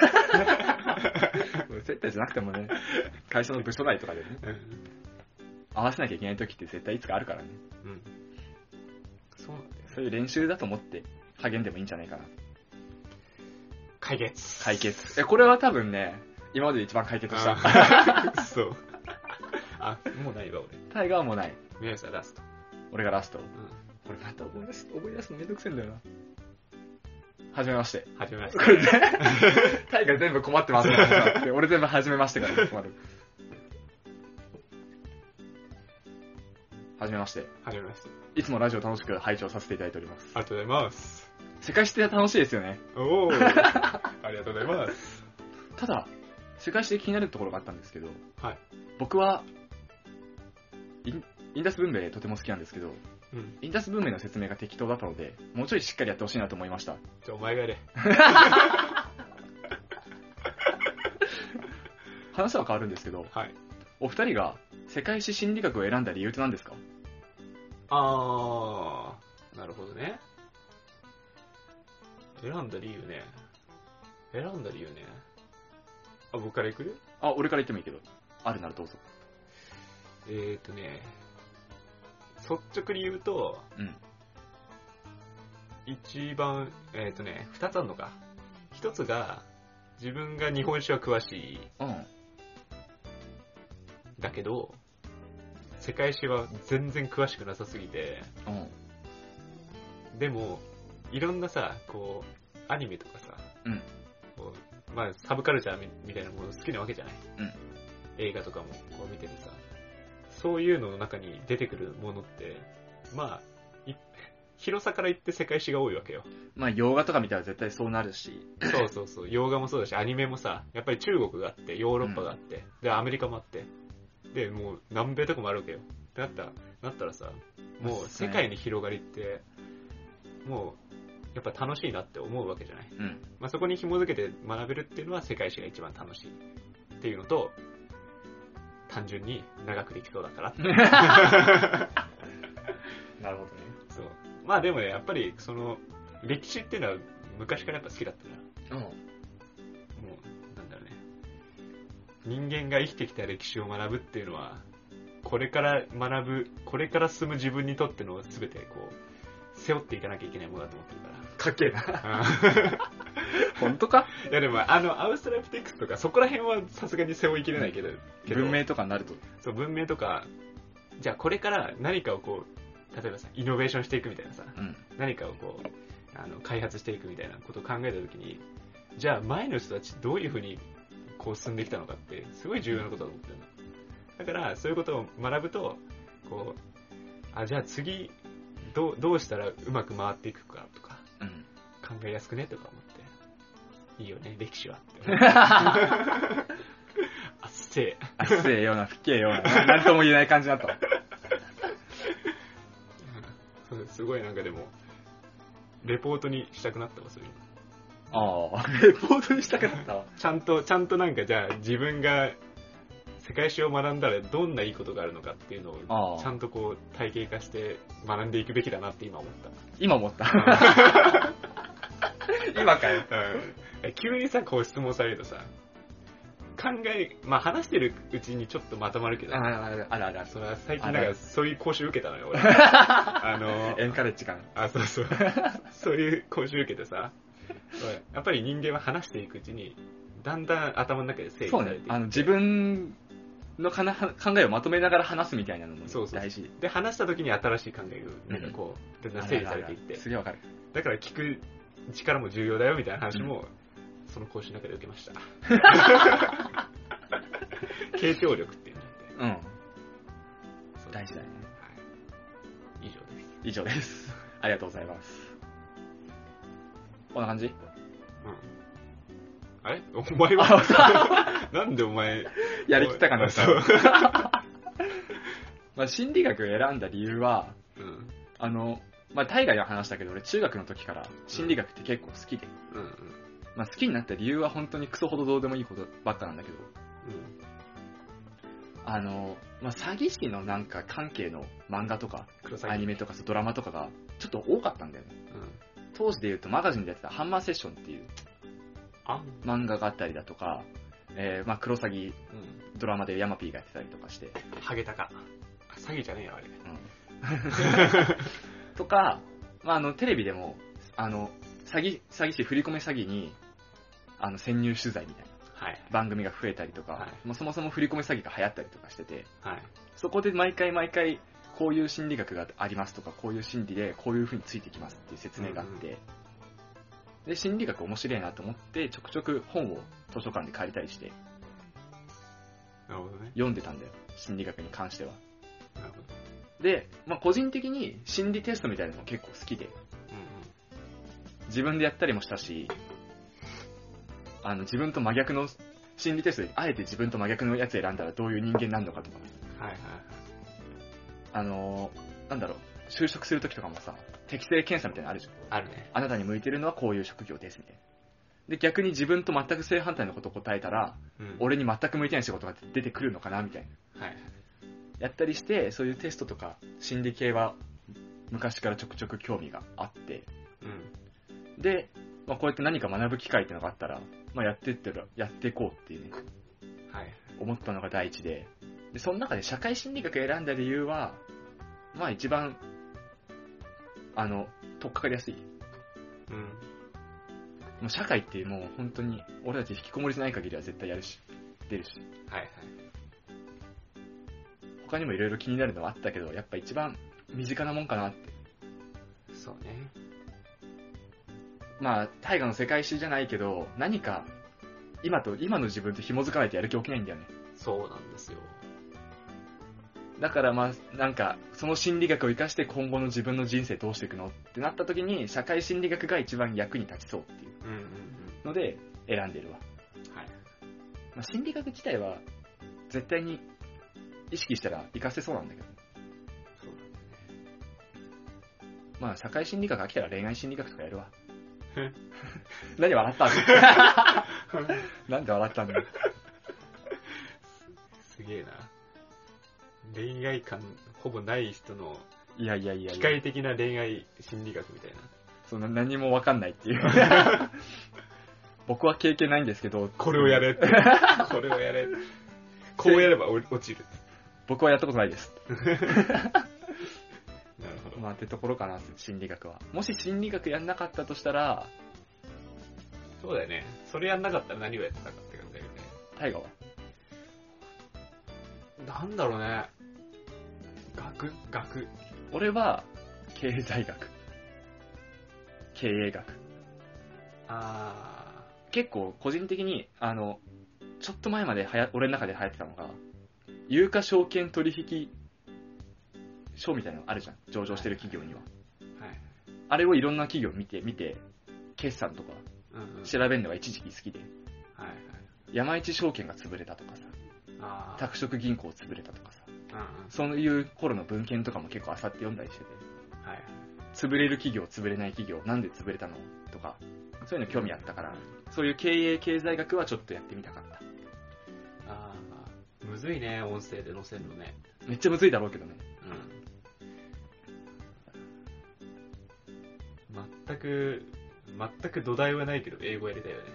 接待じゃなくてもね、会社の部署内とかでね、合わせなきゃいけない時って絶対いつかあるからね。 そうなんだよ。 そういう練習だと思って励んでもいいんじゃないかな。 解決。 これは多分ね、今までで一番解決した。 そう。あ、もうないわ、俺。 タイガーはもうない。 宮内さんラスト。 俺がラスト。これまた思い出すのめんどくせえんだよな。はじめまして。これね、タイガー全部困ってますから俺全部はじめましてから困る。はじめまして。いつもラジオ楽しく拝聴させていただいております。 ありがとうございます。 世界史って楽しいですよね。 おー。ありがとうございます。 ただ、世界史で気になるところがあったんですけど、 はい、 僕はインダス文明とても好きなんですけど、インダス文明の説明が適当だったので、もうちょいしっかりやってほしいなと思いました。 じゃあお前がやれ。 話は変わるんですけど、お二人が世界史心理学を選んだ理由って何ですか？ なるほどね。選んだ理由ね。あ、僕から行く？ 俺から言ってもいいけど。あるならどうぞ。 率直に言うと、一番、二つあるのか。一つが、自分が日本史は詳しい。だけど、世界史は全然詳しくなさすぎて、でも、いろんなさ、こう、アニメとかさ、こうまあ、サブカルチャーみたいなもの好きなわけじゃない、映画とかもこう見ててさ、そういうのの中に出てくるものって、まあ、広さから言って世界史が多いわけよ。 まあ、洋画とか見たら絶対そうなるし。 そう。洋画もそうだし、アニメもさ、やっぱり中国があって、ヨーロッパがあって、で、アメリカもあって、で、もう南米とかもあるわけよ。なったらさ、もう世界に広がりって、もう、やっぱ楽しいなって思うわけじゃない。まあ、そこに紐づけて学べるっていうのは世界史が一番楽しいっていうのと、単純に長くできそうだからって。なるほどね。 そう。まあでもね、やっぱりその歴史っていうのは昔からやっぱ好きだったな。もうなんだろうね。人間が生きてきた歴史を学ぶっていうのは、これから進む自分にとっての全てこう背負っていかなきゃいけないものだと思ってるから。 かっけえな。本当か？ いやでもアウストラピテクスとかそこら辺はさすがに背負いきれないけど、 文明とかになると、 そう文明とか、じゃあこれから何かをこう例えばさイノベーションしていくみたいなさ、何かをこう開発していくみたいなことを考えたときに、じゃあ前の人たちどういうふうにこう進んできたのかってすごい重要なことだと思ってるの。だからそういうことを学ぶとこうじゃあ次どうしたらうまく回っていくかとか、考えやすくねとか思っていいよね歴史はってあっせえような不敬ようななんとも言えない感じだったすごいなんかでもレポートにしたくなったわそういうの。レポートにしたくなったわ。 ちゃんとなんかじゃあ自分が世界史を学んだらどんないいことがあるのかっていうのをちゃんとこう体系化して学んでいくべきだなって今思った。 今かよ。 急にさこう質問されるとさまあ話してるうちにちょっとまとまるけど、 ある。 それは最近だからそういう講習受けたのよ俺。 エンカレッジかな。 そうそういう講習受けてさ、やっぱり人間は話していくうちにだんだん頭の中で整理されていって、 そうね、自分の考えをまとめながら話すみたいなのも大事。 で話した時に新しい考えがなんかこう、だんだん整理されていって、 すげえわかる。 だから聞く力も重要だよみたいな話も、その講習の中で受けました。傾聴力っていうんだって。 うん。大事だね。 はい。 以上です。ありがとうございます。こんな感じ？うん。 あれお前はなんでお前やりきったかなまあ心理学を選んだ理由は、まあ大概は話したけど、俺中学の時から心理学って結構好きで、まあ好きになった理由は本当にクソほどどうでもいいことばっかなんだけど、まあ詐欺師のなんか関係の漫画とかアニメとかドラマとかがちょっと多かったんだよね。当時で言うとマガジンでやってたハンマーセッションっていう漫画があったりだとか、まあクロサギ、ドラマでヤマピーがやってたりとかして、 ハゲタカ詐欺じゃねえよあれ、 とか、まあテレビでも詐欺師振り込め詐欺に潜入取材みたいな番組が増えたりとか、もうそもそも振り込め詐欺が流行ったりとかしてて、そこで毎回こういう心理学がありますとか、こういう心理でこういう風についてきますっていう説明があって、で心理学面白いなと思ってちょくちょく本を図書館で借りたりして、 なるほどね、 読んでたんだよ、心理学に関しては。 なるほど。 で、まあ、個人的に心理テストみたいなのも結構好きで、自分でやったりもしたし、自分と真逆の心理テストであえて自分と真逆のやつ選んだらどういう人間になるのかとか、なんだろう、就職するときとかもさ、適性検査みたいなのあるじゃん。 あるね。 あなたに向いてるのはこういう職業ですみたいな。で、逆に自分と全く正反対のことを答えたら、俺に全く向いてない仕事が出てくるのかなみたいな。やったりして、そういうテストとか心理系は昔からちょくちょく興味があって、で、まあ、こうやって何か学ぶ機会っていうのがあったら、まあ、やっていこうっていうね、思ったのが第一で、その中で社会心理学を選んだ理由は、まあ一番取っかかりやすい。もう社会ってもう本当に俺たち引きこもりじゃない限りは絶対やるし出るし、他にもいろいろ気になるのはあったけど、やっぱ一番身近なもんかなって。 そうね。 まあ大河の世界史じゃないけど、何か今の自分と紐づかないとやる気起きないんだよね。 そうなんですよ。 だからまあなんかその心理学を生かして今後の自分の人生どうしていくのってなった時に社会心理学が一番役に立ちそうっていうので選んでるわ。まあ、心理学自体は絶対に意識したら活かせそうなんだけど。 そうなんだよね。 まあ社会心理学飽きたら恋愛心理学とかやるわ。何笑ったんなんで笑ったんだよ。 すげえな。恋愛感ほぼない人のいや機械的な恋愛心理学みたいな。 そんな何も分かんないっていう。僕は経験ないんですけど、 これをやれって。これをやれ。こうやれば落ちる。 僕はやったことないです。 なるほど。 まあってところかな、心理学は。もし心理学やんなかったとしたら、 そうだよね。それやんなかったら何をやってたかって感じだよね。 大河はなんだろうね。学。 俺は経済学、経営学。結構個人的にちょっと前まで俺の中で流行ってたのが、有価証券取引書みたいなのあるじゃん、上場してる企業には。あれをいろんな企業見て決算とか調べるのが一時期好きで、山一証券が潰れたとかさ、拓殖銀行潰れたとかさ、そういう頃の文献とかも結構漁って読んだりしてて、潰れる企業、潰れない企業、なんで潰れたのとか、そういうの興味あったから、そういう経営経済学はちょっとやってみたかった。 むずいね、音声で載せるのね。 めっちゃむずいだろうけどね。 全く土台はないけど英語やりたいよね。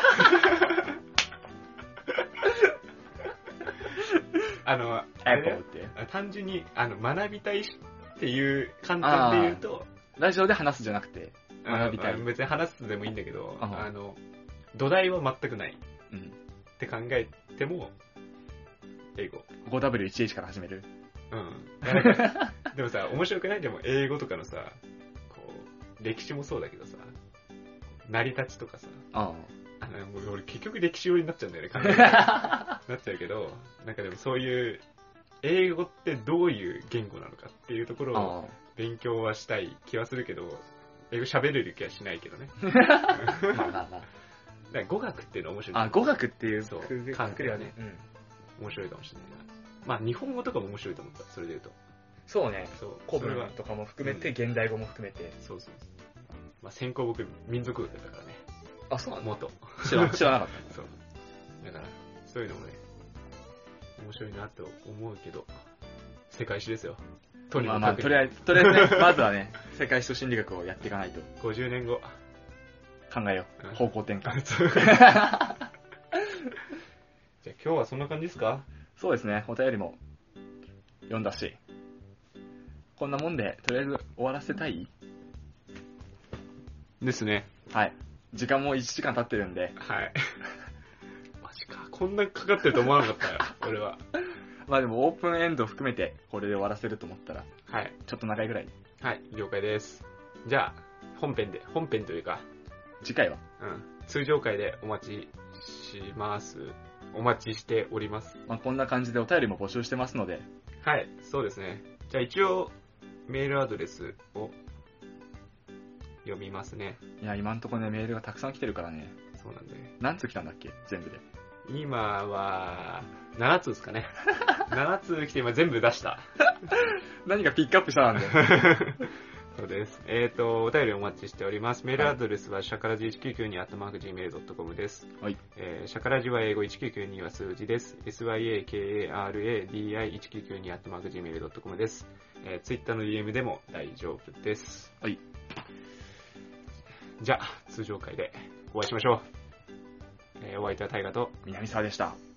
単純に学びたいっていう観点で言うと、 ラジオで話すじゃなくて学びたい。 別に話すでもいいんだけど、土台は全くないって考えても英語。 5W1H から始める。 でもさ、面白くない？でも英語とかのさ、こ歴史もそうだけどさ、成り立ちとかさ、俺結局歴史寄りになっちゃうんだよね、なっちゃうけど、なんかでもそういう英語ってどういう言語なのかっていうところを勉強はしたい気はするけど、英語喋れる気はしないけどね。まあまあまあ。だから語学っていうのは面白い。 語学っていう感覚はね、面白いかもしれないな。まあ日本語とかも面白いと思った、それで言うと。 そうね。古文とかも含めて、現代語も含めて。 そう。まあ専攻僕、民族学だからね。 あ、そうなの？ 元。 知らなかった。 そう。だから、そういうのもね、面白いなと思うけど、世界史ですよ。 とりあえずね、まずはね、世界史と心理学をやっていかないと。 50年後。 考えよう。方向転換。 じゃあ今日はそんな感じですか？ そうですね、お便りも読んだし、こんなもんで、とりあえず終わらせたいですね。 はい。時間も1時間経ってるんで。 はい。マジか。こんなかかってると思わなかったよ、俺は。 まあでもオープンエンド含めてこれで終わらせると思ったら、 はい。 ちょっと長いぐらい。 はい、了解です。じゃあ、本編というか、 次回は通常回でお待ちします。お待ちしております。 まあこんな感じでお便りも募集してますので。 はい、そうですね。じゃあ一応、メールアドレスを読みますね。 いや、今んとこね、メールがたくさん来てるからね。 そうなんで。 何通来たんだっけ？全部で。 今は、7通ですかね。7通来て今全部出した。 何がピックアップしたなんだよ。 そうです。お便りお待ちしております。メールアドレスはシャカラジ1992@gmail.com です。 はい。 シャカラジは英語、1992は数字です。syakaradi1992@gmail.com です。ツイッターの DM でも大丈夫です。 はい。 じゃあ、通常回でお会いしましょう。お相手はタイガと南沢でした。